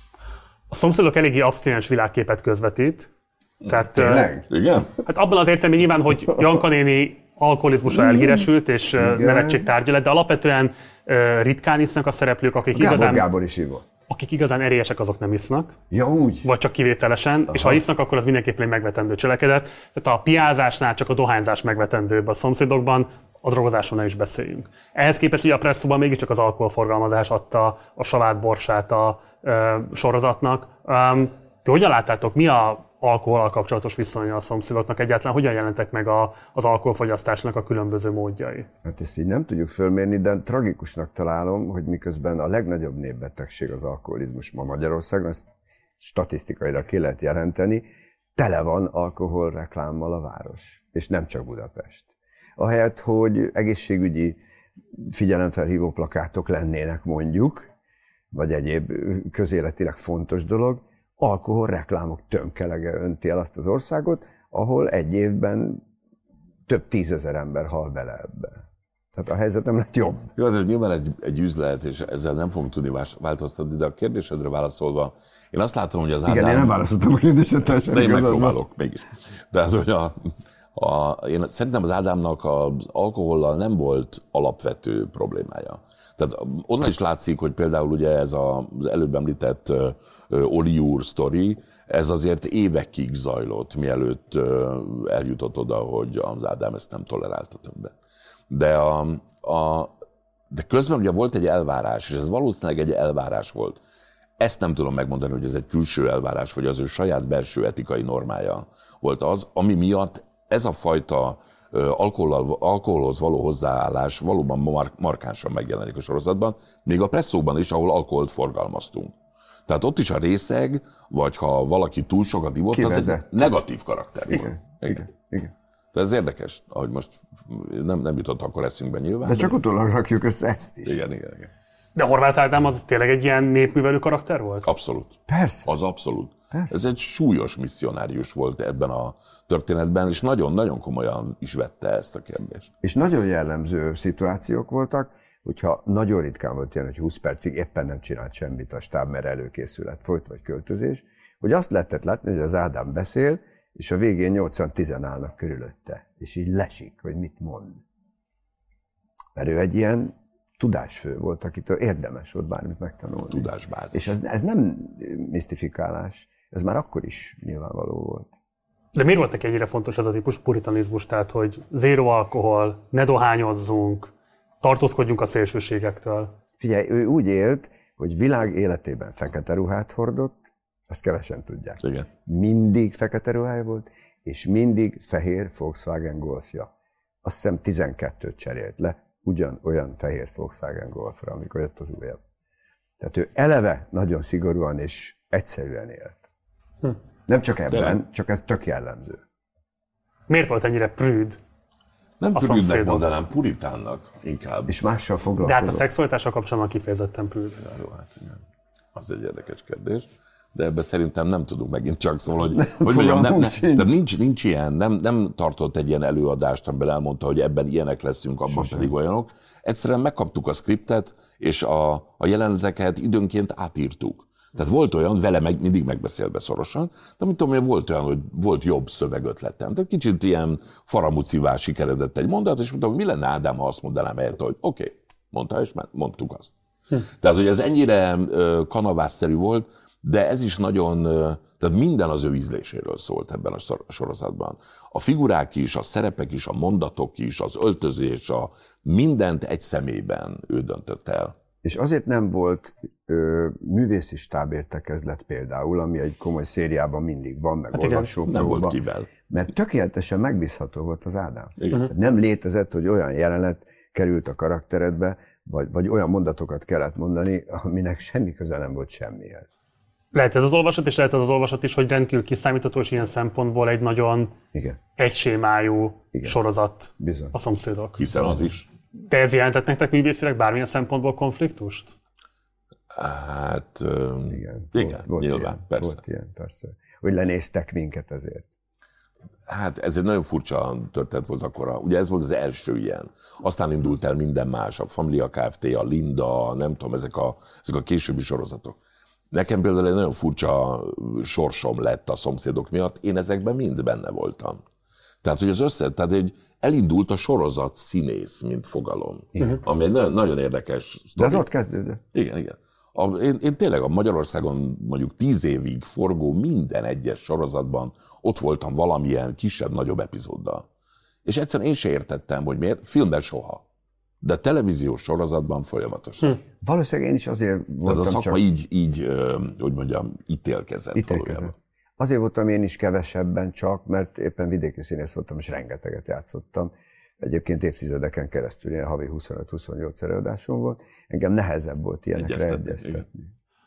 A Szomszédok eléggé abstinens világképet közvetít. Tehát,
tényleg?
Uh, igen?
Hát abban az értelemben nyilván, hogy Janka néni alkoholizmusra elhíresült, és nevetség tárgya lett, de alapvetően uh, ritkán isznak a szereplők, akik
Gábor
igazán...
Gábor is ivott.
Akik igazán erélyesek, azok nem isznak.
Ja, úgy.
Vagy csak kivételesen, aha. És ha isznak, akkor az mindenképpen egy megvetendő cselekedet. Tehát a piázásnál csak a dohányzás megvetendőbb a Szomszédokban, a drogozásról ne is beszéljünk. Ehhez képest ugye a Presszóban mégiscsak az alkoholforgalmazás adta a savát borsát a ö, sorozatnak. Um, ti hogyan láttátok, mi a alkohollal kapcsolatos viszonya a Szomszédoknak egyáltalán? Hogyan jelentek meg a, az alkoholfogyasztásnak a különböző módjai?
Hát ezt így nem tudjuk fölmérni, de tragikusnak találom, hogy miközben a legnagyobb népbetegség az alkoholizmus ma Magyarországon, ezt statisztikailag ki lehet jelenteni, tele van alkoholreklámmal a város, és nem csak Budapest. Ahelyett, hogy egészségügyi figyelemfelhívó plakátok lennének mondjuk, vagy egyéb közéletileg fontos dolog, alkoholreklámok tömkelege önti el azt az országot, ahol egy évben több tízezer ember hal bele ebbe. Tehát a helyzet nem lett jobb.
Jó, ez nyilván egy, egy üzlet, és ezzel nem fogunk tudni változtatni, de a kérdésedre válaszolva, én azt látom, hogy az Ádám...
Igen, én nem válaszoltam a kérdésedre, teljesen
de én megpróbálok mégis. Tehát, hogy a, a, én szerintem az Ádámnak az alkohollal nem volt alapvető problémája. Tehát onnan is látszik, hogy például ugye ez az előbb említett uh, Oli úr sztori, ez azért évekig zajlott, mielőtt uh, eljutott oda, hogy az Ádám ezt nem tolerálta többet. De, a, a, de közben ugye volt egy elvárás, és ez valószínűleg egy elvárás volt. Ezt nem tudom megmondani, hogy ez egy külső elvárás, vagy az ő saját belső etikai normája volt az, ami miatt ez a fajta alkoholhoz való hozzáállás valóban mark- markánsan megjelenik a sorozatban, még a Presszóban is, ahol alkoholt forgalmaztunk. Tehát ott is a részeg, vagy ha valaki túl sokat ivott, az egy negatív karakter.
Igen, igen, igen.
De ez érdekes, ahogy most nem, nem jutott akkor eszünkbe nyilván.
De csak utólag rakjuk össze ezt is.
Igen, igen, igen.
De Horváth Ádám az tényleg egy ilyen népművelő karakter volt?
Abszolút.
Persze.
Az abszolút.
Persze.
Ez egy súlyos misszionárius volt ebben a történetben, és nagyon-nagyon komolyan is vette ezt a kérdést.
És nagyon jellemző szituációk voltak, hogyha nagyon ritkán volt ilyen, hogy húsz percig éppen nem csinált semmit a stáb, mert előkészület folyt, vagy költözés, hogy azt lehetett látni, hogy az Ádám beszél, és a végén nyolcan tizen állnak körülötte, és így lesik, hogy mit mond. Mert ő egy ilyen tudásfő volt, akitől érdemes volt bármit megtanulni.
Tudásbázis.
És ez, ez nem misztifikálás, ez már akkor is nyilvánvaló volt.
De miért volt neki ennyire fontos ez a típus puritanizmus, tehát hogy zéró alkohol, ne dohányozzunk, tartózkodjunk a szélsőségektől?
Figyelj, ő úgy élt, hogy világ életében fekete ruhát hordott, ezt kevesen tudják.
Igen.
Mindig fekete ruhája volt, és mindig fehér Volkswagen Golfja. Azt hiszem tizenkettőt cserélt le, ugyanolyan fehér Volkswagen Golfra, amikor jött az újabb. Tehát ő eleve nagyon szigorúan és egyszerűen élt. Hm. Nem csak ebben, De csak ez tök jellemző.
Miért volt ennyire prűd?
Nem prűdnek mondanám, puritánnak inkább.
És mással foglalkozott.
De hát a szexualitással kapcsolatban kifejezetten prűd.
Ja, jó, hát igen. Az egy érdekes kérdés. De ebben szerintem nem tudunk megint csak szól, hogy, hogy mondjam, nem, nem, tehát nincs, nincs ilyen, nem, nem tartott egy ilyen előadást, amiben elmondta, hogy ebben ilyenek leszünk, abban Sosem. pedig olyanok. Egyszerűen megkaptuk a skriptet, és a, a jeleneteket időnként átírtuk. Tehát volt olyan, vele meg, mindig megbeszélve szorosan, de mit tudom én, volt olyan, hogy volt jobb szövegötletem. Tehát kicsit ilyen faramúcivá sikeredett egy mondat, és mondtam, hogy mi lenne Ádám, ha azt mondanám helyett, hogy oké, okay, mondta, és mondtuk azt. Hm. Tehát, hogy ez ennyire kanavásszerű volt, de ez is nagyon, tehát minden az ő ízléséről szólt ebben a sorozatban. A figurák is, a szerepek is, a mondatok is, az öltözés, a mindent egy személyben ő döntött el.
És azért nem volt ö, művészi stábértekezlet például, ami egy komoly szériában mindig van, meg hát olvasópróba.
Nem volt kivel.
Mert tökéletesen megbízható volt az Ádám. Nem létezett, hogy olyan jelenet került a karakteredbe, vagy, vagy olyan mondatokat kellett mondani, aminek semmi köze nem volt semmihez.
Lehet ez az olvasat, és lehet ez az olvasat is, hogy rendkívül kiszámítható, és ilyen szempontból egy nagyon
Igen.
egysémájú Igen. sorozat
Bizony.
A szomszédok.
Hiszen az is.
De ez jelentett nektek művészileg bármilyen szempontból konfliktust?
Hát,
igen,
igen
volt, volt
nyilván,
ilyen,
persze.
Volt ilyen, persze. Hogy lenéztek minket ezért.
Hát ez egy nagyon furcsa történet volt akkor. Ugye ez volt az első ilyen. Aztán indult el minden más, a Familia Kft., a Linda, nem tudom, ezek a, ezek a későbbi sorozatok. Nekem például egy nagyon furcsa sorsom lett a szomszédok miatt, én ezekben mind benne voltam. Tehát, hogy az össze, tehát hogy elindult a sorozat színész, mint fogalom. Igen. Ami egy nagyon, nagyon érdekes sztori.
De az ott kezdődött.
Igen, igen. A, én, én tényleg a Magyarországon mondjuk tíz évig forgó minden egyes sorozatban ott voltam valamilyen kisebb-nagyobb epizóddal. És egyszerűen én se értettem, hogy miért, filmben soha. De televíziós sorozatban folyamatosan. Hm.
Valószínűleg én is azért voltam
Tehát a szakma
csak...
így, így, hogy mondjam, ítélkezett.
ítélkezett. Azért voltam én is kevesebben csak, mert éppen vidéki színész voltam, és rengeteget játszottam. Egyébként évtizedeken keresztül ilyen havi huszonöt-huszonnyolc előadásom volt. Engem nehezebb volt ilyenekre egyeztetni. egyeztetni.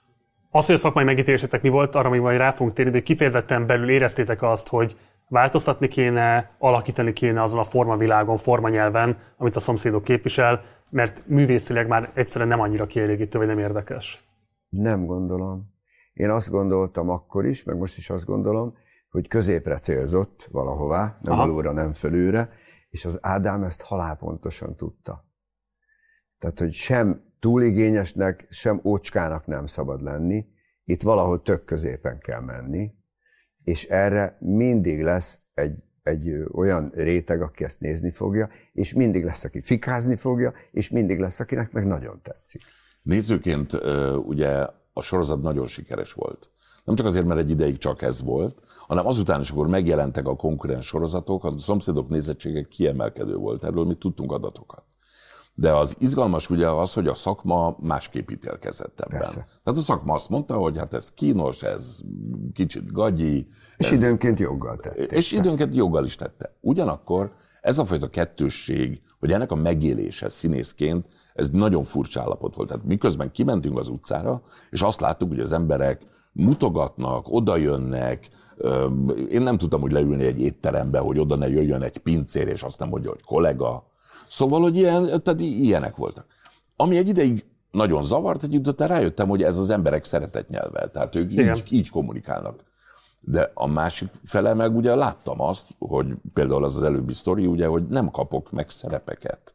Az, hogy a szakmai megítélésetek mi volt, arra még majd rá fogunk térni, de kifejezetten belül éreztétek azt, hogy változtatni kéne, alakítani kéne azon a formavilágon, formanyelven, amit a szomszédok képvisel, mert művészileg már egyszerűen nem annyira kielégítő, vagy nem érdekes.
Nem gondolom. Én azt gondoltam akkor is, meg most is azt gondolom, hogy középre célzott valahová, nem Aha. alulra, nem fölülre, és az Ádám ezt halálpontosan tudta. Tehát, hogy sem túligényesnek, sem ócskának nem szabad lenni, itt valahol tök középen kell menni, és erre mindig lesz egy, egy olyan réteg, aki ezt nézni fogja, és mindig lesz, aki fikázni fogja, és mindig lesz, akinek meg nagyon tetszik.
Nézőként ugye a sorozat nagyon sikeres volt. Nem csak azért, mert egy ideig csak ez volt, hanem azután is, akkor megjelentek a konkurens sorozatok, a szomszédok nézettsége kiemelkedő volt. Erről mi tudtunk adatokat. De az izgalmas ugye az, hogy a szakma másképp ítélkezett ebben. Persze. Tehát a szakma azt mondta, hogy hát ez kínos, ez kicsit gagyi.
És
ez...
időnként joggal tette.
És persze. időnként joggal is tette. Ugyanakkor ez a fajta kettősség, vagy ennek a megélése színészként, ez nagyon furcsa állapot volt. Tehát miközben kimentünk az utcára, és azt láttuk, hogy az emberek mutogatnak, odajönnek. Én nem tudtam úgy leülni egy étterembe, hogy oda ne jöjjön egy pincér, és azt nem mondja, hogy kollega. Szóval, hogy ilyen, tehát ilyenek voltak. Ami egy ideig nagyon zavart, egy időt rájöttem, hogy ez az emberek szeretett nyelve, tehát ők így, így kommunikálnak. De a másik fele meg ugye láttam azt, hogy például az az előbbi sztori, ugye, hogy nem kapok meg szerepeket.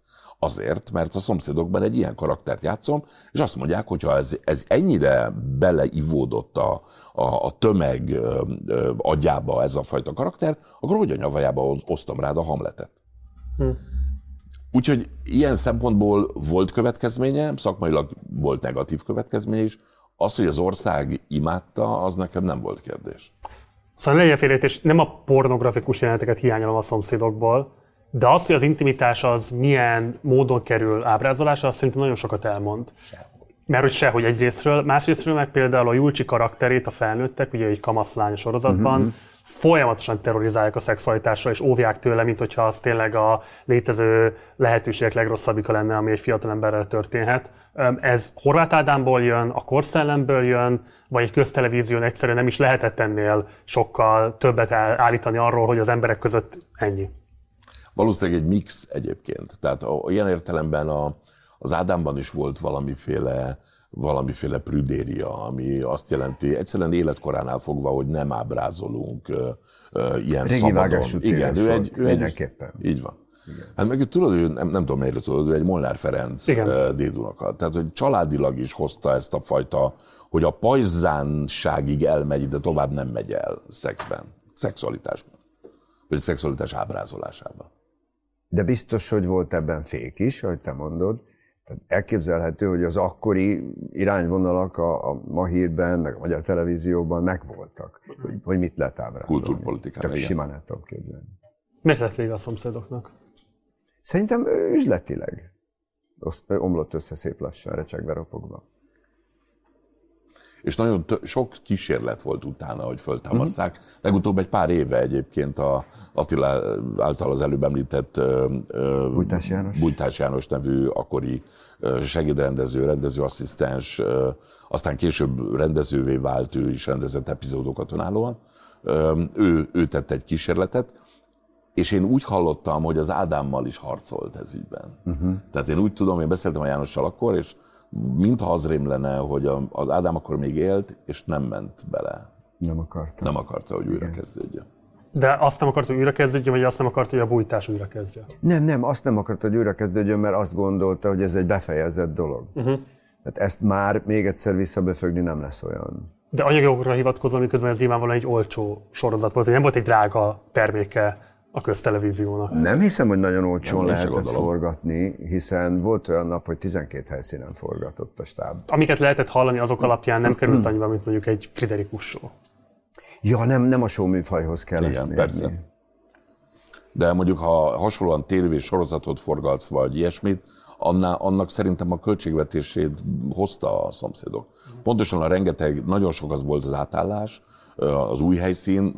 Azért, mert a Szomszédokban egy ilyen karaktert játszom, és azt mondják, hogy ha ez, ez ennyire beleivódott a, a, a tömeg ö, ö, agyába ez a fajta karakter, akkor hogy a nyavajába osztom rád a Hamletet. Hm. Úgyhogy ilyen szempontból volt következménye, szakmailag volt negatív következménye is. Az, hogy az ország imádta, az nekem nem volt kérdés.
Szóval legyen félreértés, nem a pornografikus jeleneteket hiányolom a Szomszédokból, de az, hogy az intimitás az milyen módon kerül ábrázolásra, azt szerintem nagyon sokat elmond. Sehogy. Mert hogy sehogy egyrésztről, másrésztről meg például a Julcsi karakterét a felnőttek, ugye egy kamaszlány sorozatban, uh-huh. folyamatosan terrorizálják a szexualitásra, és óvják tőle, mint hogyha az tényleg a létező lehetőségek legrosszabbika lenne, ami egy fiatalemberrel történhet. Ez Horváth Ádámból jön, a korszellemből jön, vagy egy köztelevízión egyszerűen nem is lehetett ennél sokkal többet állítani arról, hogy az emberek között ennyi.
Valószínűleg egy mix egyébként. Tehát ilyen értelemben a, az Ádámban is volt valamiféle, valamiféle prüdéria, ami azt jelenti, egyszerűen életkoránál fogva, hogy nem ábrázolunk uh, uh, ilyen
Régi
szabadon.
Igen, ő egy, ő mindenképpen.
Így van. Igen. Hát meg tudod, ő, nem, nem tudom, melyre tudod, ő egy Molnár Ferenc uh, dédunokat. Tehát, hogy családilag is hozta ezt a fajta, hogy a pajzánságig elmegy, de tovább nem megy el szexben, szexualitásban. Vagy szexualitás ábrázolásában.
De biztos, hogy volt ebben fék is, ahogy te mondod. Tehát elképzelhető, hogy az akkori irányvonalak a, a Ma Hírben, meg a Magyar Televízióban megvoltak, hogy, hogy mit lehet ábrázolni.
Kultúrpolitikában.
Csak simán el tudom képzelni.
Miért lett vége a Szomszédoknak?
Szerintem üzletileg omlott össze szép lassan, recsegve ropogva.
És nagyon t- sok kísérlet volt utána, hogy föltámasszák. Uh-huh. Legutóbb egy pár éve egyébként a Attila által az előbb említett uh,
Bújtás János.
Bújtás János nevű akkori uh, segédrendező, rendezőasszisztens, uh, aztán később rendezővé vált, ő is rendezett epizódokat önállóan. Uh, ő, ő tett egy kísérletet, és én úgy hallottam, hogy az Ádámmal is harcolt ez ügyben. Uh-huh. Tehát én úgy tudom, én beszéltem a Jánossal akkor, és mintha az rém lenne, hogy az Ádám akkor még élt, és nem ment bele.
Nem akarta.
Nem akarta, hogy újra kezdődjön.
De azt nem akarta, hogy újra kezdődjön, vagy azt nem akarta, hogy a Bújtás újra kezdjön?
Nem, nem, azt nem akarta, hogy újra kezdődjön, mert azt gondolta, hogy ez egy befejezett dolog. Uh-huh. Tehát ezt már még egyszer visszaböfögni nem lesz olyan.
De anyagi okokra hivatkozom, miközben ez nyilvánvalóan egy olcsó sorozat volt, nem volt egy drága terméke a köztelevíziónak.
Nem hiszem, hogy nagyon olcsón lehetett forgatni, hiszen volt olyan nap, hogy tizenkét helyszínen forgatott a stáb.
Amiket lehetett hallani, azok alapján nem került annyiba, mint mondjuk egy Friderikus show.
Ja, nem, nem a show műfajhoz kell ezt
nézni. Persze. De mondjuk, ha hasonlóan tévés sorozatot forgatsz, vagy ilyesmit, anná, annak szerintem a költségvetését hozta a Szomszédok. Pontosan a rengeteg, nagyon sok az volt az átállás, az új helyszín,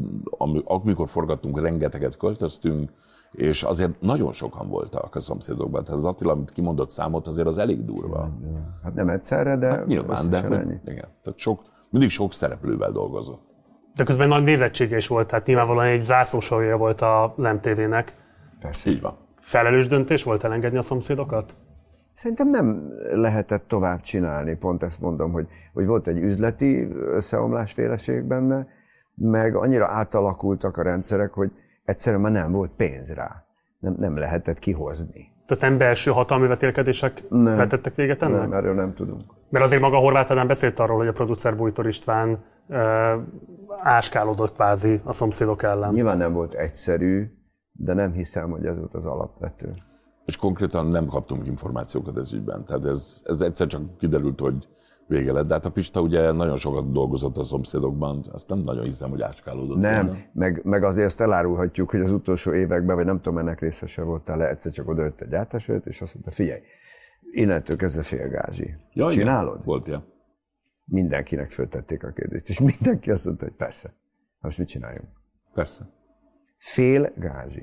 amikor forgattunk, rengeteget költöztünk, és azért nagyon sokan voltak a Szomszédokban. Tehát az Attila, amit kimondott számot, azért az elég durva.
Ja, ja. Hát nem egyszerre, de
hát nyilván, de hogy, igen. Tehát sok, mindig sok szereplővel dolgozott.
De közben nagy nézettsége is volt, tehát nyilvánvalóan egy zászlósorja volt az em té vének.
Persze. Így van.
Felelős döntés volt elengedni a Szomszédokat?
Szerintem nem lehetett tovább csinálni, pont ezt mondom, hogy, hogy volt egy üzleti összeomlásféleség benne, meg annyira átalakultak a rendszerek, hogy egyszerűen már nem volt pénz rá. Nem, nem lehetett kihozni.
Tehát nem belső hatalmi vetélkedések nem, vetettek véget ennek?
Nem, erről nem tudunk.
Mert azért maga Horváth Ádám beszélt arról, hogy a producer Bújtor István uh, áskálódott kvázi a Szomszédok ellen.
Nyilván nem volt egyszerű, de nem hiszem, hogy ez volt az alapvető.
És konkrétan nem kaptunk információkat ez ügyben. Tehát ez, ez egyszer csak kiderült, hogy vége lett. De hát a Pista ugye nagyon sokat dolgozott a Szomszédokban, azt nem nagyon hiszem, hogy áskálódott.
Nem, meg, meg azért ezt elárulhatjuk, hogy az utolsó években, vagy nem tudom, ennek részese voltál le, egyszer csak odajött egy gyártásvezető, és azt mondta, figyelj, innentől kezdve félgázsi.
Ja,
csinálod?
Igen. Volt ilyen.
Mindenkinek föltették a kérdést, és mindenki azt mondta, hogy persze. Most mit csináljunk?
Persze.
Félgázsi.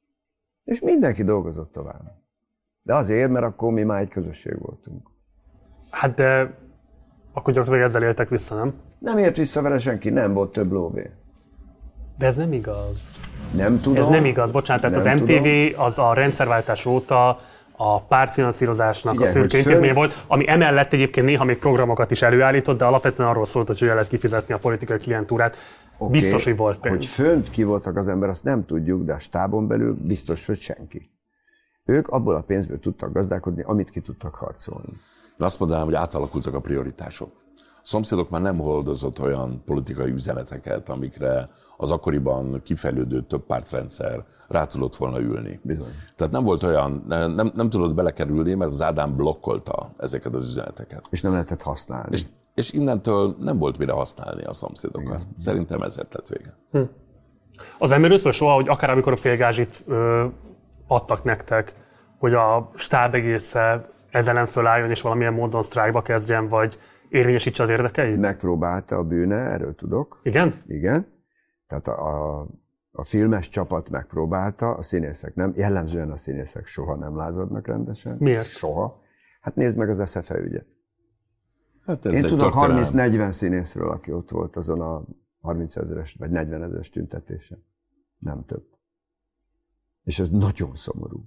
És mindenki dolgozott tovább. De azért, mert akkor mi már egy közösség voltunk.
Hát de akkor gyakorlatilag ezzel éltek vissza, nem?
Nem élt vissza vele senki, nem volt több lóvé.
De ez nem igaz.
Nem tudom.
Ez nem igaz, bocsánat, tehát nem az em té vé tudom. Az a rendszerváltás óta a pártfinanszírozásnak Figyelj, a szürke intézménye föl... volt, ami emellett egyébként néha még programokat is előállított, de alapvetően arról szólt, hogy hogyan lehet kifizetni a politikai klientúrát. Okay, biztos, hogy volt pénz.
Hogy fönt ki voltak az ember, azt nem tudjuk, de a stábon belül biztos, hogy senki. Ők abból a pénzből tudtak gazdálkodni, amit ki tudtak harcolni.
Én azt mondanám, hogy átalakultak a prioritások. A szomszédok már nem hordozott olyan politikai üzeneteket, amikre az akkoriban kifejlődő több pártrendszer rá tudott volna ülni.
Bizony.
Tehát nem volt olyan, nem, nem tudott belekerülni, mert az Ádám blokkolta ezeket az üzeneteket.
És nem lehetett használni.
És, és innentől nem volt mire használni a szomszédokat. Igen. Szerintem ezért lett vége.
Hm. Az nem merült fel soha, hogy akár amikor a félgázsit ö, adtak nektek, hogy a stáb egésze ezzel nem fölálljon és valamilyen módon sztrájkba kezdjen, vagy érvényesítse az érdekeit?
Megpróbálta a bűne, erről tudok.
Igen?
Igen. Tehát a, a, a filmes csapat megpróbálta, a színészek nem. Jellemzően a színészek soha nem lázadnak rendesen.
Miért?
Soha. Hát nézd meg az es ef e ügyet.
Hát ez
Én tudok
történelem.
harminc-negyven színészről, aki ott volt azon a harminc ezeres vagy negyven ezeres tüntetésen. Nem több. És ez nagyon szomorú.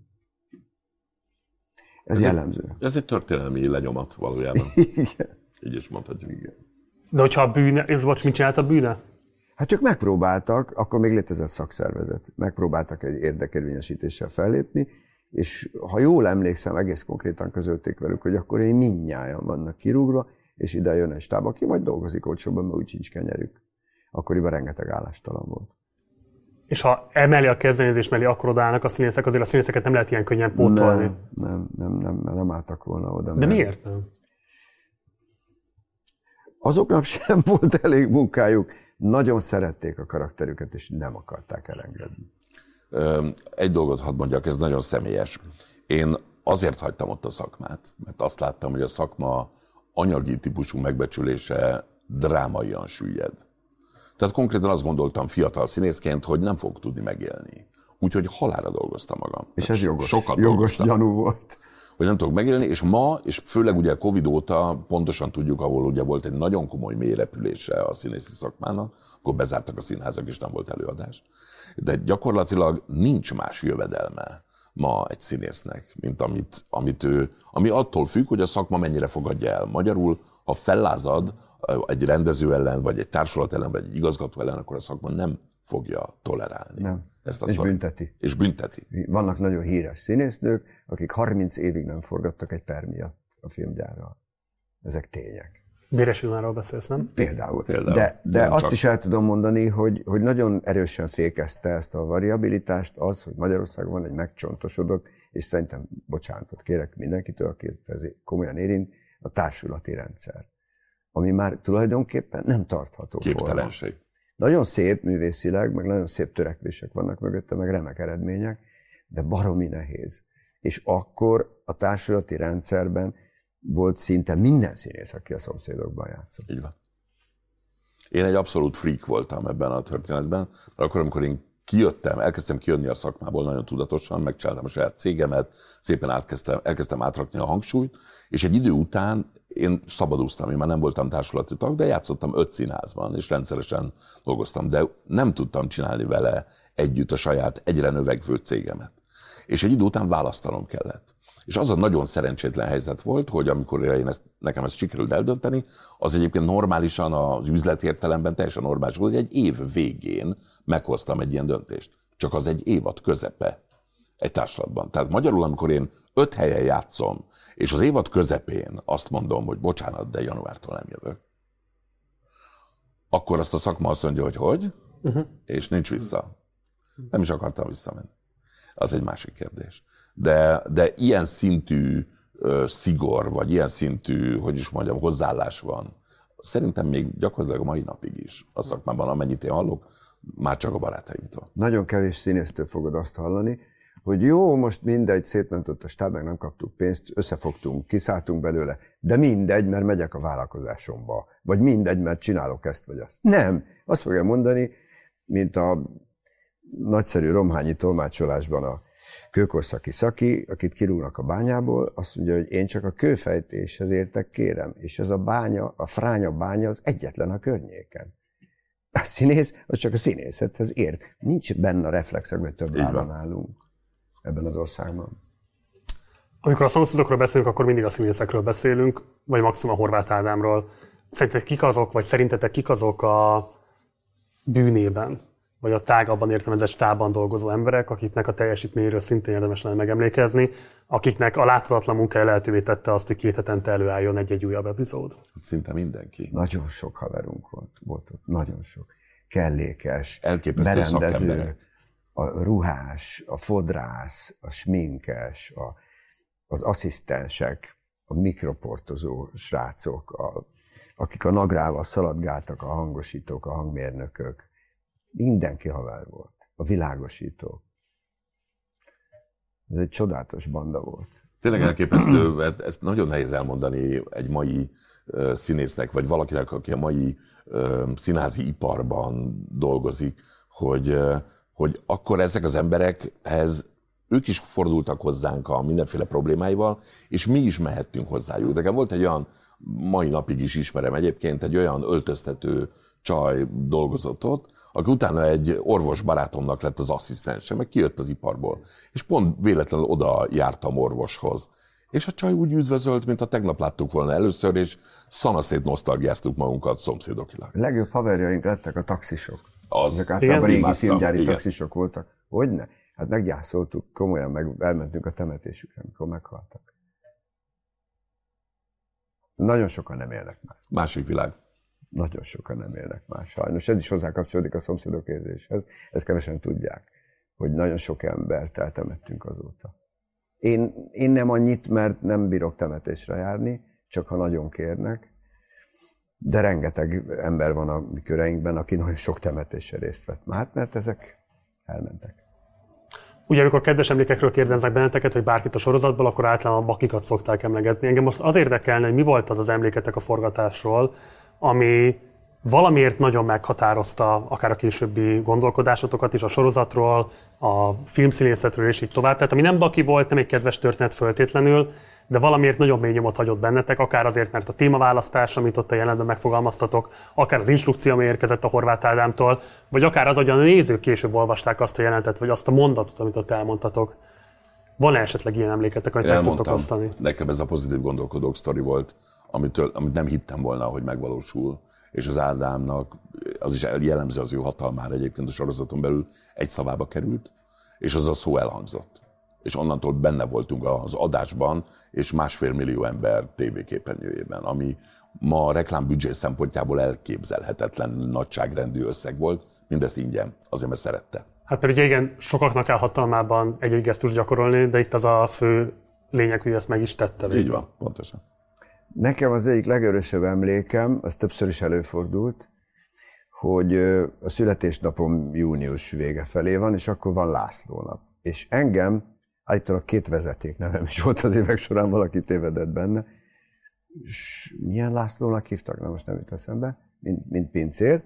Ez, ez jellemző.
Egy, ez egy történelmi lenyomat valójában.
Igen.
Így is mondhatjuk.
Igen.
De hogyha a bűne, és bocs, mit csinált a bűne?
Hát ők megpróbáltak, akkor még létezett szakszervezet, megpróbáltak egy érdekérvényesítéssel fellépni, és ha jól emlékszem, egész konkrétan közölték velük, hogy akkor én mindnyájan vannak kirúgva, és ide jön egy stáb, aki majd dolgozik olcsóban, mert úgy sincs kenyerük. Akkoriban rengeteg állástalan volt.
És ha emeli a kezdeményezés mellé, akkor odaállnak a színészek, azért a színészeket nem lehet ilyen könnyen pótolni.
Nem, nem, nem, nem, nem álltak volna oda.
De miért nem?
Azoknak sem volt elég munkájuk, nagyon szerették a karakterüket, és nem akarták elengedni.
Egy dolgot hadd mondjak, ez nagyon személyes. Én azért hagytam ott a szakmát, mert azt láttam, hogy a szakma anyagi típusú megbecsülése drámaian süllyed. Tehát konkrétan azt gondoltam fiatal színészként, hogy nem fogok tudni megélni. Úgyhogy halálra dolgoztam magam.
És ez jogos,
Sokat
jogos gyanú volt.
Hogy nem tudok megélni, és ma, és főleg ugye a Covid óta pontosan tudjuk, ahol ugye volt egy nagyon komoly mélyrepülése a színészi szakmának, akkor bezártak a színházak, és nem volt előadás. De gyakorlatilag nincs más jövedelme ma egy színésznek, mint amit, amit ő, ami attól függ, hogy a szakma mennyire fogadja el. Magyarul, ha fellázad egy rendező ellen, vagy egy társulat ellen, vagy egy igazgató ellen, akkor a szakma nem fogja tolerálni.
Nem.
Ezt
És
szak...
bünteti.
És bünteti.
Vannak nagyon híres színésznők, akik harminc évig nem forgattak egy per miatt a filmgyárral. Ezek tények.
Véres Ilmáról beszélsz, nem?
Például.
Például.
De, de azt
csak.
is el tudom mondani, hogy, hogy nagyon erősen fékezte ezt a variabilitást az, hogy Magyarországon van egy megcsontosodott, és szerintem, bocsánatot kérek mindenkitől, akit ez komolyan érint, a társulati rendszer, ami már tulajdonképpen nem tartható
Képtelenség.
forma. Nagyon szép művészileg, meg nagyon szép törekvések vannak mögötte, meg remek eredmények, de baromi nehéz. És akkor a társulati rendszerben volt szinte minden színész, aki a Szomszédokban játszott.
Így van. Én egy abszolút freak voltam ebben a történetben, mert akkor, amikor én kijöttem, elkezdtem kijönni a szakmából nagyon tudatosan, megcsináltam a saját cégemet, szépen átkezdtem, elkezdtem átrakni a hangsúlyt, és egy idő után én szabadúztam, én már nem voltam társulati tag, de játszottam öt színházban, és rendszeresen dolgoztam, de nem tudtam csinálni vele együtt a saját egyre növekvő cégemet. És egy idő után választanom kellett. És az a nagyon szerencsétlen helyzet volt, hogy amikor én ezt, nekem ezt sikerült eldönteni, az egyébként normálisan az üzleti értelemben teljesen normális volt, hogy egy év végén meghoztam egy ilyen döntést. Csak az egy évad közepe egy társulatban. Tehát magyarul, amikor én öt helyen játszom, és az évad közepén azt mondom, hogy bocsánat, de januártól nem jövök, akkor azt a szakma azt mondja, hogy hogy, uh-huh. és nincs vissza. Nem is akartam visszamenni. Az egy másik kérdés. De, de ilyen szintű ö, szigor, vagy ilyen szintű, hogy is mondjam, hozzáállás van. Szerintem még gyakorlatilag a mai napig is a szakmában, amennyit én hallok, már csak a barátaimtól.
Nagyon kevés színésztől fogod azt hallani, hogy jó, most mindegy, szétment ott a stáb, meg nem kaptuk pénzt, összefogtunk, kiszálltunk belőle, de mindegy, mert megyek a vállalkozásomba, vagy mindegy, mert csinálok ezt vagy azt. Nem, azt fogja mondani, mint a nagyszerű romhányi tolmácsolásban a kőkorszaki szaki, akit kirúgnak a bányából, azt mondja, hogy én csak a kőfejtéshez értek, kérem, és ez a bánya, a fránya bánya az egyetlen a környéken. A színész, az csak a színészethez ért. Nincs benne a reflexekben, több állam állunk ebben az országban.
Amikor a szomszédokról beszélünk, akkor mindig a színészekről beszélünk, vagy maximum a Horváth Ádámról. Szerintetek kik azok, vagy szerintetek kik azok a bűnében, vagy a tágabban értelmezett stábban dolgozó emberek, akiknek a teljesítményéről szintén érdemes lenne megemlékezni, akiknek a láthatatlan munkája lehetővé tette azt, hogy két hetente előálljon egy-egy újabb epizód.
Szinte mindenki.
Nagyon sok haverunk volt, volt ott, nagyon sok. Kellékes,
elképesztő
berendező,
szakemberek.
A ruhás, a fodrász, a sminkes, a, az asszisztensek, a mikroportozó srácok, a, akik a nagrával szaladgáltak, a hangosítók, a hangmérnökök. Mindenki haver volt. A világosítók. Ez egy csodálatos banda volt.
Tényleg elképesztő, mert ezt nagyon nehéz elmondani egy mai uh, színésznek, vagy valakinek, aki a mai uh, színházi iparban dolgozik, hogy, uh, hogy akkor ezek az emberekhez ők is fordultak hozzánk a mindenféle problémáival, és mi is mehettünk hozzájuk. Nekem volt egy olyan, mai napig is ismerem egyébként, egy olyan öltöztető csaj dolgozott ott, aki utána egy orvos barátomnak lett az asszisztense, meg kijött az iparból. És pont véletlenül oda jártam orvoshoz. És a csaj úgy üdvözölt, mint a tegnap láttuk volna először, és szanaszét nosztalgiáztuk magunkat szomszédokilag.
A legjobb haverjaink lettek a taxisok.
Az,
Ezek általában régi
imádtam,
filmgyári
igen.
taxisok voltak. Hogyne? Hát meggyászoltuk, komolyan meg elmentünk a temetésükre, amikor meghaltak. Nagyon sokan nem élnek már.
Másik világ.
Nagyon sokan nem élnek már, sajnos. Ez is hozzá kapcsolódik a szomszédok érzéshez. Ezt kevesen tudják, hogy nagyon sok embert eltemettünk azóta. Én, én nem annyit, mert nem bírok temetésre járni, csak ha nagyon kérnek. De rengeteg ember van a mi köreinkben, aki nagyon sok temetéssel részt vett már, mert ezek elmentek.
Ugye, amikor kedves emlékekről kérdeznek benneteket, vagy bárkit a sorozatból, akkor általában a bakikat szokták emlegetni. Engem most az érdekelne, hogy mi volt az az emléketek a forgatásról, ami valamiért nagyon meghatározta akár a későbbi gondolkodásotokat is a sorozatról, a filmszínészetről és így tovább. Tehát ami nem baki volt, nem egy kedves történet föltétlenül, de valamiért nagyon mély nyomot hagyott bennetek, akár azért, mert a témaválasztás, amit ott a jelenetben megfogalmaztatok, akár az instrukció, ami érkezett a Horváth Ádámtól, vagy akár az, hogy a nézők később olvasták azt a jelenetet, vagy azt a mondatot, amit ott elmondtatok. Van-e esetleg ilyen emléketek, amit meg tudtok osztani?
Nekem ez a pozitív gondolkodók sztori volt, amitől, amit nem hittem volna, hogy megvalósul. És az Ádámnak, az is jellemző az ő hatalmára egyébként a sorozaton belül, egy szavába került, és az a szó elhangzott. És onnantól benne voltunk az adásban, és másfél millió ember tévéképernyőjében, ami ma a reklámbüdzsé szempontjából elképzelhetetlen nagyságrendű összeg volt, mindezt ingyen, azért mert szerette.
Hát pedig igen, sokaknak áll hatalmában egy-egy gesztus gyakorolni, de itt az a fő lényeg, hogy ezt meg is tette.
Így van, pontosan.
Nekem az egyik legörösebb emlékem, az többször is előfordult, hogy a születésnapom június vége felé van, és akkor van László nap. És engem, állítólag két vezeték nevem is volt az évek során, valaki tévedett benne. És milyen Lászlónak hívtak? Na most nem jut eszembe, mint, mint pincér.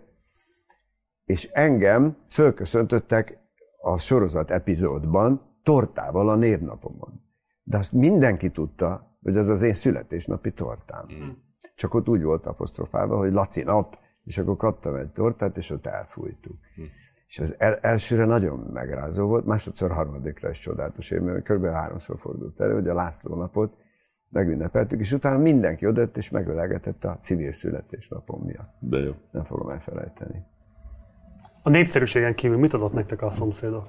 És engem fölköszöntöttek a sorozat epizódban tortával a névnapomon. De azt mindenki tudta, hogy ez az én születésnapi tortám. Mm. Csak ott úgy volt apostrofálva, hogy Laci nap, és akkor kaptam egy tortát, és ott elfújtuk. Mm. És az el, elsőre nagyon megrázó volt, másodszor, harmadikra is csodálatos élmény, mert kb. háromszor fordult elő, hogy a László napot megünnepeltük, és utána mindenki odajött és megölegetett a civil születésnapom miatt.
De jó.
Ezt nem fogom elfelejteni.
A népszerűségen kívül mit adott nektek a szomszédok?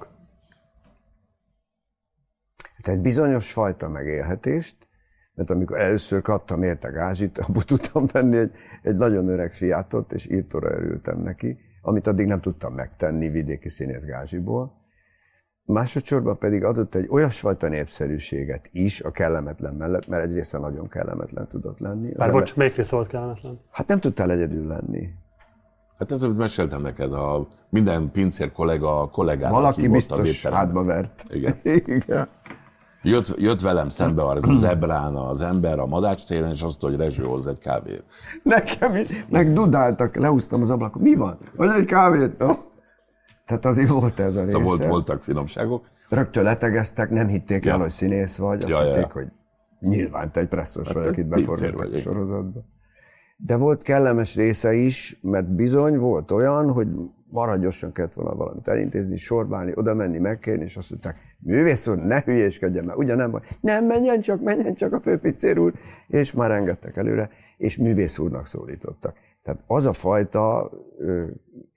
Hát egy bizonyos fajta megélhetést, mert amikor először kaptam érte gázsit, abból tudtam venni egy, egy nagyon öreg Fiatot, és írtóra örültem neki, amit addig nem tudtam megtenni vidéki színész gázsiból. Másodszorban pedig adott egy olyasfajta népszerűséget is a kellemetlen mellett, mert egy része nagyon kellemetlen tudott lenni.
Bár bocs, melyik része volt kellemetlen?
Hát nem tudtál egyedül lenni.
Hát ez, amit meséltem neked, a minden pincér kollega kollégának
valaki biztos hátba vert.
Igen.
Igen.
Jött, jött velem szembe a zebrán az ember a Madács téren, és azt mondta, hogy Rezső, hozz egy kávét.
Nekem meg dudáltak, lehúztam az ablakot. Mi van? Vagy egy kávét? No. Tehát azért volt ez a része.
Szóval volt, voltak finomságok.
Rögtön letegeztek, nem hitték ja. el, hogy színész vagy. Azt
ja,
hitték,
ja.
hogy nyilván te egy presszos hát vagy, akit beforgattak a sorozatba. De volt kellemes része is, mert bizony volt olyan, hogy maradjosan kellett volna valamit elintézni, sorbálni, oda menni, megkérni, és azt mondták, művész úr, ne hülyéskedjen már, ugye nem van, nem, menjen csak, menjen csak a főpincér úr, és már engedtek előre, és művész úrnak szólítottak. Tehát az a fajta ö,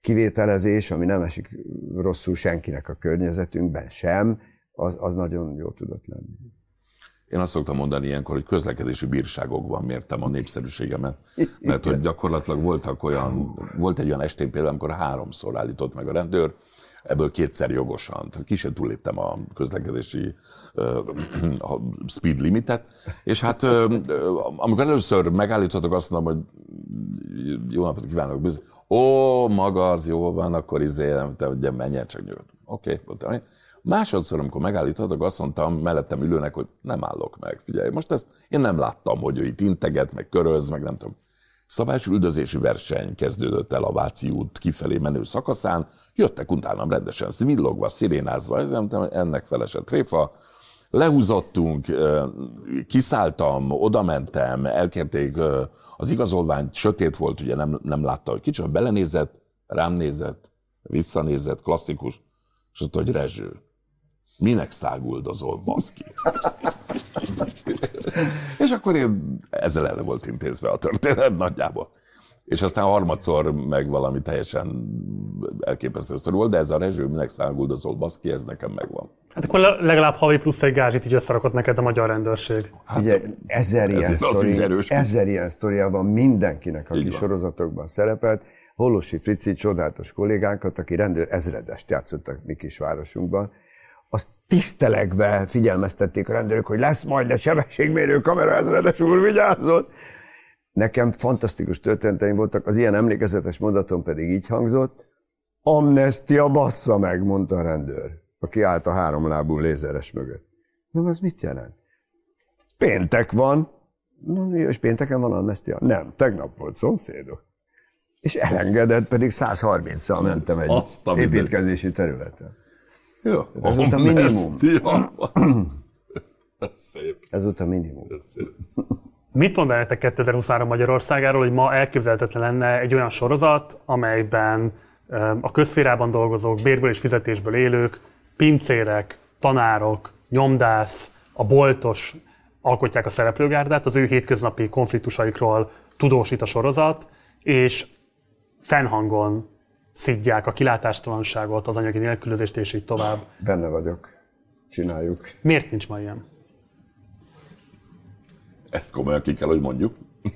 kivételezés, ami nem esik rosszul senkinek a környezetünkben sem, az, az nagyon jó tudott lenni.
Én azt szoktam mondani ilyenkor, hogy közlekedési bírságokban mértem a népszerűségemet. Mert hogy gyakorlatilag voltak olyan, volt egy olyan estén például, amikor háromszor állított meg a rendőr, ebből kétszer jogosan. Tehát ki sem túlléptem a közlekedési uh, a speed limitet. És hát uh, amikor először megállítottak, azt mondom, hogy jó napot kívánok, bizony. Ó, maga az jó van, akkor izé, nem te, ugye menjen csak nyugodtan. Oké, okay. Másodszor, amikor megállítottak, azt mondtam mellettem ülőnek, hogy nem állok meg. Figyelj, most ezt én nem láttam, hogy ő itt integet, meg köröz, meg nem tudom. Szabályos üldözési verseny kezdődött el a Váci út kifelé menő szakaszán, jöttek utánam rendesen villogva, szirénázva, ez nem tudom, ennek felesett tréfa. Lehúzottunk, kiszálltam, odamentem, elkérték az igazolványt, sötét volt, ugye nem, nem látta, hogy kicsit belenézett, rám nézett, visszanézett, klasszikus, és azt mondta, hogy Rezső, minek száguldozol, baszki? És akkor én ezzel el volt intézve a történet nagyjából. És aztán harmadszor meg valami teljesen elképesztő sztori volt, de ez a Rezső, minek száguldozol, baszki, ez nekem megvan.
Hát akkor legalább havi plusz egy gázsit így összerakott neked a magyar rendőrség.
Figyelj, ezer ilyen, sztori, ezer ilyen sztoria van mindenkinek, aki sorozatokban szerepelt. Holosi Frici, csodálatos kollégánkat, aki rendőr ezredest játszottak mi kisvárosunkban, azt tisztelegve figyelmeztették a rendőrök, hogy lesz majd egy sebességmérő kamera, ezredes úr, vigyázzon! Nekem fantasztikus történeteim voltak, az ilyen emlékezetes mondatom pedig így hangzott: amnestia bassza meg, mondta a rendőr, aki állt a háromlábú lézeres mögött. Na, az mit jelent? Péntek van. Na, és pénteken van amnestia? Nem, tegnap volt, szomszédok. És elengedett, pedig száz harminccal mentem egy építkezési területen.
Jó,
ez volt a minimum.
Ez szép.
Ez volt a minimum.
Mit mondanátok kétezer-huszonhárom Magyarországáról, hogy ma elképzelhetetlen lenne egy olyan sorozat, amelyben a közszférában dolgozók, bérből és fizetésből élők, pincérek, tanárok, nyomdász, a boltos alkotják a szereplőgárdát, az ő hétköznapi konfliktusaikról tudósít a sorozat, és fennhangon szidják a kilátástalanságot, az anyagi nélkülözést és így tovább.
Benne vagyok. Csináljuk.
Miért nincs ma ilyen?
Ezt komolyan ki kell, hogy mondjuk.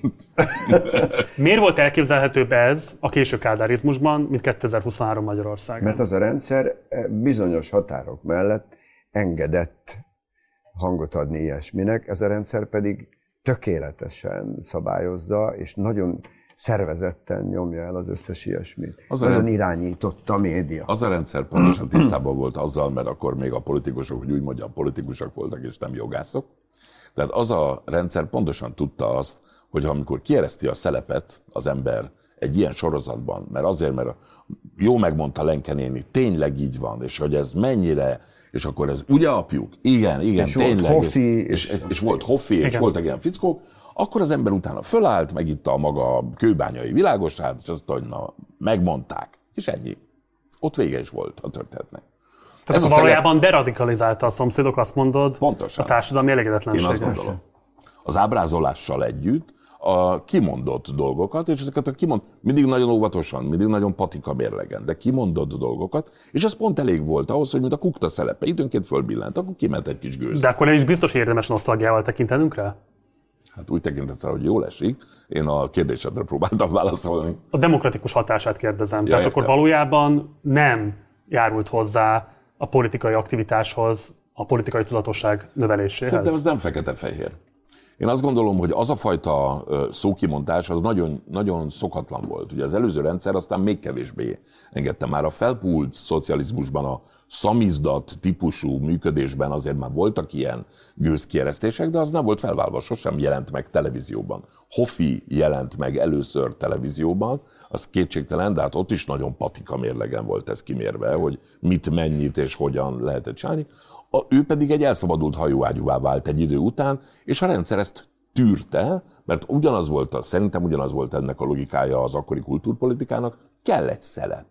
Miért volt elképzelhetőbb ez a késő kádárizmusban, mint kétezer-huszonhárom Magyarországon?
Mert az a rendszer bizonyos határok mellett engedett hangot adni ilyesminek, ez a rendszer pedig tökéletesen szabályozza, és nagyon szervezetten nyomja el az összes ilyesmit. Az nagyon rend... irányította a média.
Az a rendszer pontosan tisztában volt azzal, mert akkor még a politikusok, hogy úgy mondjam, politikusok voltak és nem jogászok. Tehát az a rendszer pontosan tudta azt, hogy amikor kiereszti a szelepet az ember egy ilyen sorozatban, mert azért, mert jó megmondta Lenke néni, tényleg így van, és hogy ez mennyire, és akkor ez ugye apjuk? Igen, igen, és tényleg.
Volt Hoffi,
és, és, és volt Hoffi, és igen. Voltak ilyen fickók, akkor az ember utána fölállt, megitta a maga kőbányai világosát, és azt mondta, hogy na, megmondták. És ennyi. Ott vége is volt a történetnek.
Tehát ez valójában szele... deradikalizálta a szomszédok, azt mondod,
pontosan.
A társadalmi elégedetlenséget.
Én azt gondolom. Az ábrázolással együtt a kimondott dolgokat, és ezeket a kimond, mindig nagyon óvatosan, mindig nagyon patika mérlegen, de kimondott dolgokat, és ez pont elég volt ahhoz, hogy mint a kukta szelepe, időnként fölbillent, akkor kiment egy kis gőz.
De akkor nem is biztos érdemes nosztalgiával tekintenünk rá?
Hát úgy tekintetsz rá, hogy jól esik. Én a kérdésedre próbáltam válaszolni.
A demokratikus hatását kérdezem. Ja, Tehát értem. Akkor valójában nem járult hozzá a politikai aktivitáshoz, a politikai tudatosság növeléséhez?
Szerintem ez nem fekete-fehér. Én azt gondolom, hogy az a fajta szókimondás az nagyon, nagyon szokatlan volt. Ugye az előző rendszer aztán még kevésbé engedte. Már a felpult szocializmusban, a szamizdat típusú működésben azért már voltak ilyen gőzkieresztések, de az nem volt felválva, sosem jelent meg televízióban. Hoffi jelent meg először televízióban, az kétségtelen, de hát ott is nagyon patika mérlegen volt ez kimérve, hogy mit, mennyit és hogyan lehetett csinálni. A, ő pedig egy elszabadult hajóágyúvá vált egy idő után, és a rendszer ezt tűrte, mert ugyanaz volt, a, szerintem ugyanaz volt ennek a logikája az akkori kultúrpolitikának, kell egy szelep.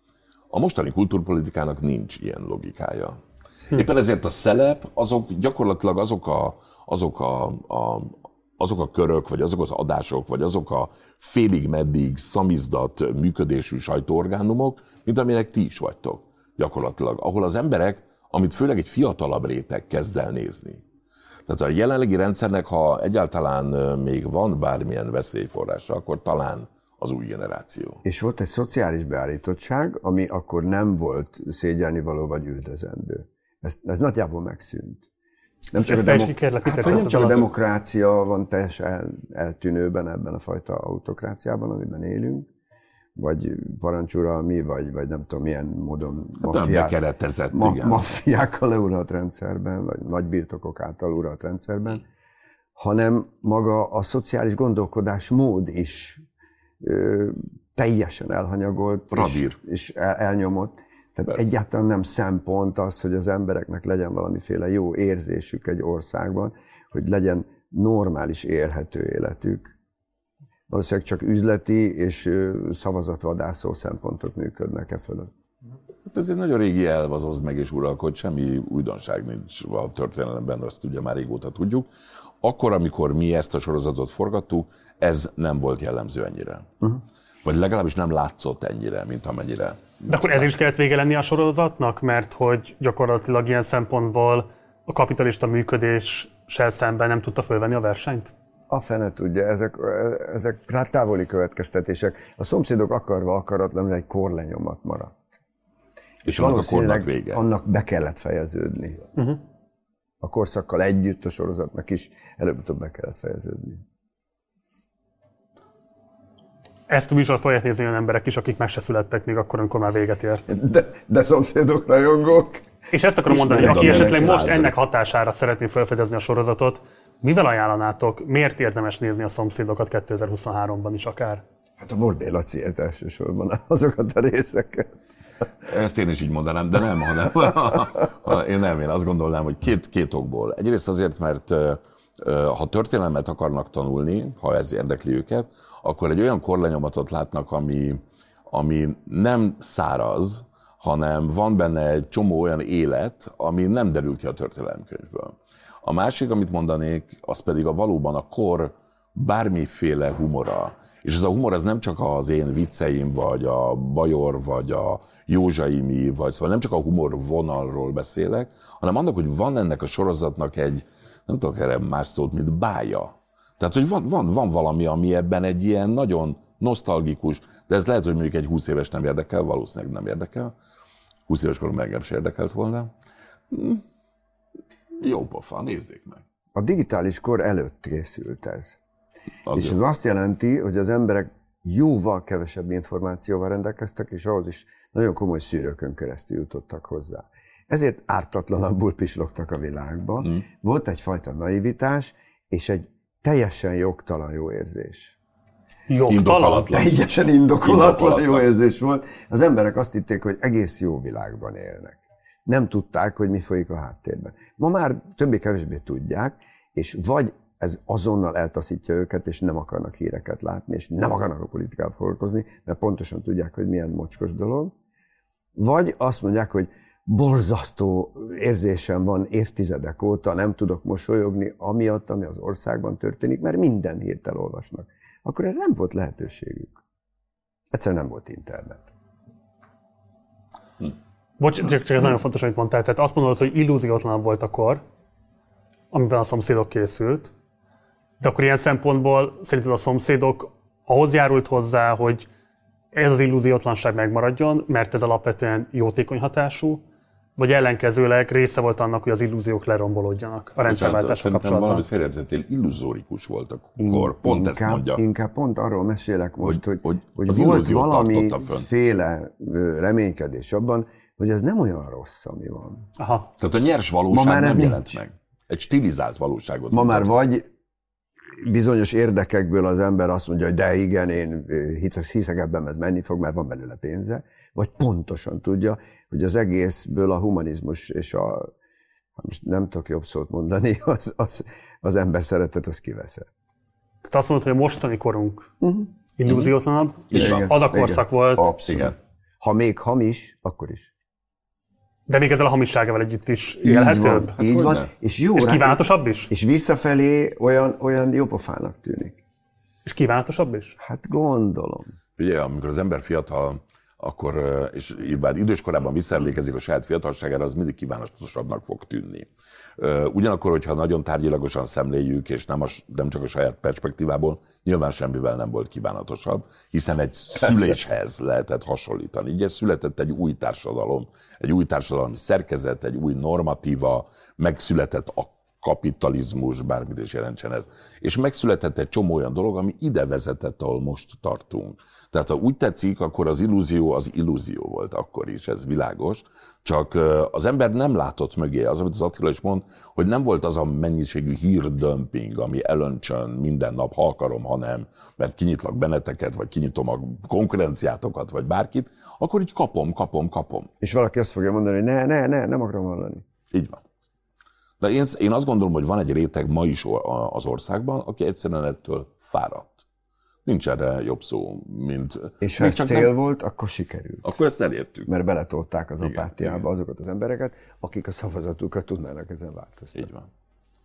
A mostani kultúrpolitikának nincs ilyen logikája. Hm. Éppen ezért a szelep, azok gyakorlatilag azok a, azok a, a azok a körök, vagy azok az adások, vagy azok a félig meddig szamizdat működésű sajtóorgánumok, mint amilyenek ti is vagytok gyakorlatilag, ahol az emberek, amit főleg egy fiatalabb réteg kezd el nézni. Tehát a jelenlegi rendszernek, ha egyáltalán még van bármilyen veszélyforrása, akkor talán az új generáció.
És volt egy szociális beállítottság, ami akkor nem volt szégyelnivaló vagy üldözendő. Ez, ez nagyjából megszűnt. Nem csak, a, demo- kérlek, hát, nem csak a demokrácia van teljesen el, eltűnőben ebben a fajta autokráciában, amiben élünk, vagy parancsuralmi, vagy, vagy nem tudom milyen módon
hát
maffiák, ma,
igen.
maffiákkal uralt rendszerben, vagy nagy birtokok által uralt rendszerben, hanem maga a szociális gondolkodásmód is ö, teljesen elhanyagolt és, és el, elnyomott. Tehát Persze. egyáltalán nem szempont az, hogy az embereknek legyen valamiféle jó érzésük egy országban, hogy legyen normális élhető életük. Valószínűleg csak üzleti és szavazatvadászó szempontok működnek e fölött.
Hát ez egy nagyon régi elv az oszd meg és uralkodj, semmi újdonság nincs a történelemben, azt ugye már régóta tudjuk. Akkor, amikor mi ezt a sorozatot forgattuk, ez nem volt jellemző ennyire. Uh-huh. Vagy legalábbis nem látszott ennyire, mint amennyire.
De akkor ez is kellett vége lenni a sorozatnak, mert hogy gyakorlatilag ilyen szempontból a kapitalista működéssel szemben nem tudta fölvenni a versenyt?
A fene tudja, ezek, ezek távoli következtetések. A szomszédok akarva akaratlanul egy korlenyomat maradt.
És annak a kornak vége.
Annak be kellett fejeződni. Uh-huh. A korszakkal együtt a sorozatnak is előbb-utóbb be kellett fejeződni.
Ezt a műsort fogják nézni olyan emberek is, akik meg se születtek még akkor, amikor már véget ért.
De, de szomszédok, rajongók.
És ezt akarom mondani, aki esetleg most ennek hatására szeretné felfedezni a sorozatot, mivel ajánlanátok, miért érdemes nézni a szomszédokat kétezer-huszonháromban is akár?
Hát a Borbély Laci ért elsősorban azokat a részeket.
Ezt én is így mondanám, de nem, hanem én nem, én azt gondolnám, hogy két, két okból. Egyrészt azért, mert ha történelmet akarnak tanulni, ha ez érdekli őket, akkor egy olyan korlenyomatot látnak, ami, ami nem száraz, hanem van benne egy csomó olyan élet, ami nem derül ki a történelemkönyvből. A másik, amit mondanék, az pedig a valóban a kor bármiféle humora. És ez a humor az nem csak az én vicceim, vagy a Bajor, vagy a Józsaimi, vagy szóval nem csak a humor vonalról beszélek, hanem annak, hogy van ennek a sorozatnak egy, nem tudok erre más szót, mint bája. Tehát, hogy van, van, van valami, ami ebben egy ilyen nagyon nosztalgikus, de ez lehet, hogy mondjuk egy húsz éves nem érdekel, valószínűleg nem érdekel. húsz éves korom engem sem érdekelt volna. Hm. Jó pofa, nézzék meg.
A digitális kor előtt készült ez.
Az
és
jó.
ez azt jelenti, hogy az emberek jóval kevesebb információval rendelkeztek, és ahhoz is nagyon komoly szűrőkön keresztül jutottak hozzá. Ezért ártatlanabbul pislogtak a világba. Mm. Volt egyfajta naivitás, és egy teljesen jogtalan jó érzés.
Jogtalan?
Teljesen indokolatlan jó érzés volt. Az emberek azt hitték, hogy egész jó világban élnek. Nem tudták, hogy mi folyik a háttérben. Ma már többé-kevésbé tudják, és vagy ez azonnal eltaszítja őket, és nem akarnak híreket látni, és nem akarnak a politikával foglalkozni, mert pontosan tudják, hogy milyen mocskos dolog. Vagy azt mondják, hogy borzasztó érzésem van évtizedek óta, nem tudok mosolyogni amiatt, ami az országban történik, mert minden hírt elolvasnak. Akkor erre nem volt lehetőségük. Egyszerűen nem volt internet.
Hm. Bocs, csak ez nagyon fontos, amit mondtál. Tehát azt mondod, hogy illúziótlanabb volt a kor, amiben a szomszédok készült, de akkor ilyen szempontból szerinted a szomszédok ahhoz járult hozzá, hogy ez az illúziótlanság megmaradjon, mert ez alapvetően jótékony hatású, vagy ellenkezőleg része volt annak, hogy az illúziók lerombolódjanak a rendszerváltással kapcsolatban?
Valamit félreértettél, illuzórikus volt a kor, pont
inkább,
ezt mondja.
Inkább pont arról mesélek most, hogy, hogy, hogy,
hogy
volt valamiféle reménykedés abban, hogy ez nem olyan rossz, ami van.
Aha.
Tehát a nyers valóság nem jelent nincs. meg. Egy stilizált valóságot.
Ma már vagy bizonyos érdekekből az ember azt mondja, hogy de igen, én hiszek ebben, ez menni fog, mert van belőle pénze, vagy pontosan tudja, hogy az egészből a humanizmus és a, most nem tudok jobb szót mondani, az, az, az ember szeretet, az kiveszett.
Tehát azt mondod, hogy a mostani korunk uh-huh. illúziótlanabb, és
igen,
az a korszak
igen,
volt.
Abszolút. Igen. Ha még hamis, akkor is.
De még ezzel a hamisságával együtt is élhetőbb?
Hát így van, és jó
És
rá-
kívánatosabb is?
És visszafelé olyan, olyan jópofának tűnik.
És kívánatosabb is?
Hát gondolom.
Ugye, amikor az ember fiatal, akkor, és bár idős korában visszaemlékezik a saját fiatalságára, az mindig kívánatosabbnak fog tűnni. Ugyanakkor, hogyha nagyon tárgyilagosan szemléljük, és nem, a, nem csak a saját perspektívából, nyilván semmivel nem volt kívánatosabb, hiszen egy szüléshez lehetett hasonlítani. Ugye született egy új társadalom, egy új társadalmi szerkezet, egy új normatíva, megszületett a kapitalizmus, bármit is jelentsen ez. És megszületett egy csomó olyan dolog, ami ide vezetett, ahol most tartunk. Tehát ha úgy tetszik, akkor az illúzió az illúzió volt akkor is, ez világos. Csak az ember nem látott mögé, az, amit az Attila is mond, hogy nem volt az a mennyiségű hírdömping, ami elöntsön minden nap, ha akarom, ha nem, mert kinyitlak benneteket, vagy kinyitom a konkurenciátokat, vagy bárkit, akkor így kapom, kapom, kapom.
És valaki azt fogja mondani, hogy ne, ne, ne, nem akarom hallani.
Így van. De én, én azt gondolom, hogy van egy réteg ma is az országban, aki egyszerűen ettől fáradt. Nincs erre jobb szó, mint...
És ha ez cél nem... volt, akkor sikerült.
Akkor ezt elértük.
Mert beletolták az
igen,
apátiába
igen.
azokat az embereket, akik a szavazatukat tudnának ezen változtatni.
Így van.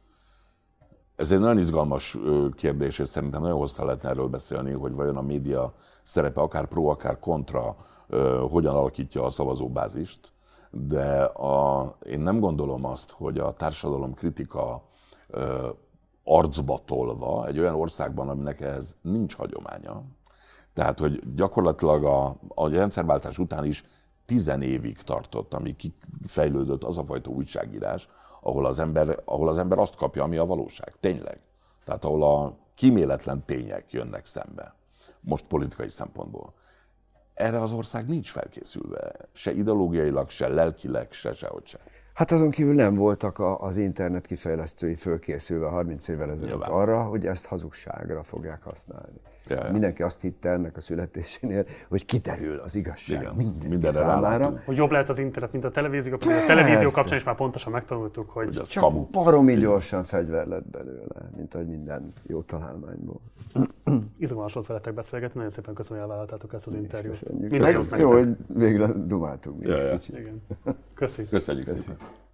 Ez egy nagyon izgalmas kérdés, és szerintem nagyon hosszan lehetne erről beszélni, hogy vajon a média szerepe akár pro, akár kontra, hogyan alakítja a szavazóbázist. De a, én nem gondolom azt, hogy a társadalom kritika ö, arcba tolva egy olyan országban, aminek ehhez nincs hagyománya. Tehát, hogy gyakorlatilag a, a rendszerváltás után is tizen évig tartott, amíg kifejlődött az a fajta újságírás, ahol az ember, ahol az ember azt kapja, ami a valóság. Tényleg. Tehát ahol a kíméletlen tények jönnek szembe. Most politikai szempontból. Erre az ország nincs felkészülve, se ideológiailag, se lelkileg, se sehogy se.
Hát azon kívül nem voltak a, az internet kifejlesztői fölkészülve harminc évvel ezelőtt Nyilván. arra, hogy ezt hazugságra fogják használni. Ja, ja. Mindenki azt hitte ennek a születésénél, hogy kiderül az igazság Igen, mindenki mindenre számára.
Hogy jobb lehet az internet, mint a televízió, a televízió kapcsán is már pontosan megtanultuk, hogy... hogy
csak kamu. Baromi gyorsan fegyver lett belőle, mint ahogy minden jó találmányból.
Izgalmas volt veletek beszélgetni, nagyon szépen köszönöm, hogy elvállaltátok ezt az interjút.
Köszönjük. Jó, hogy végre dumáltunk mi
ja,
is
ja.
kicsit.
Igen. Köszönjük.
Köszönjük szépen.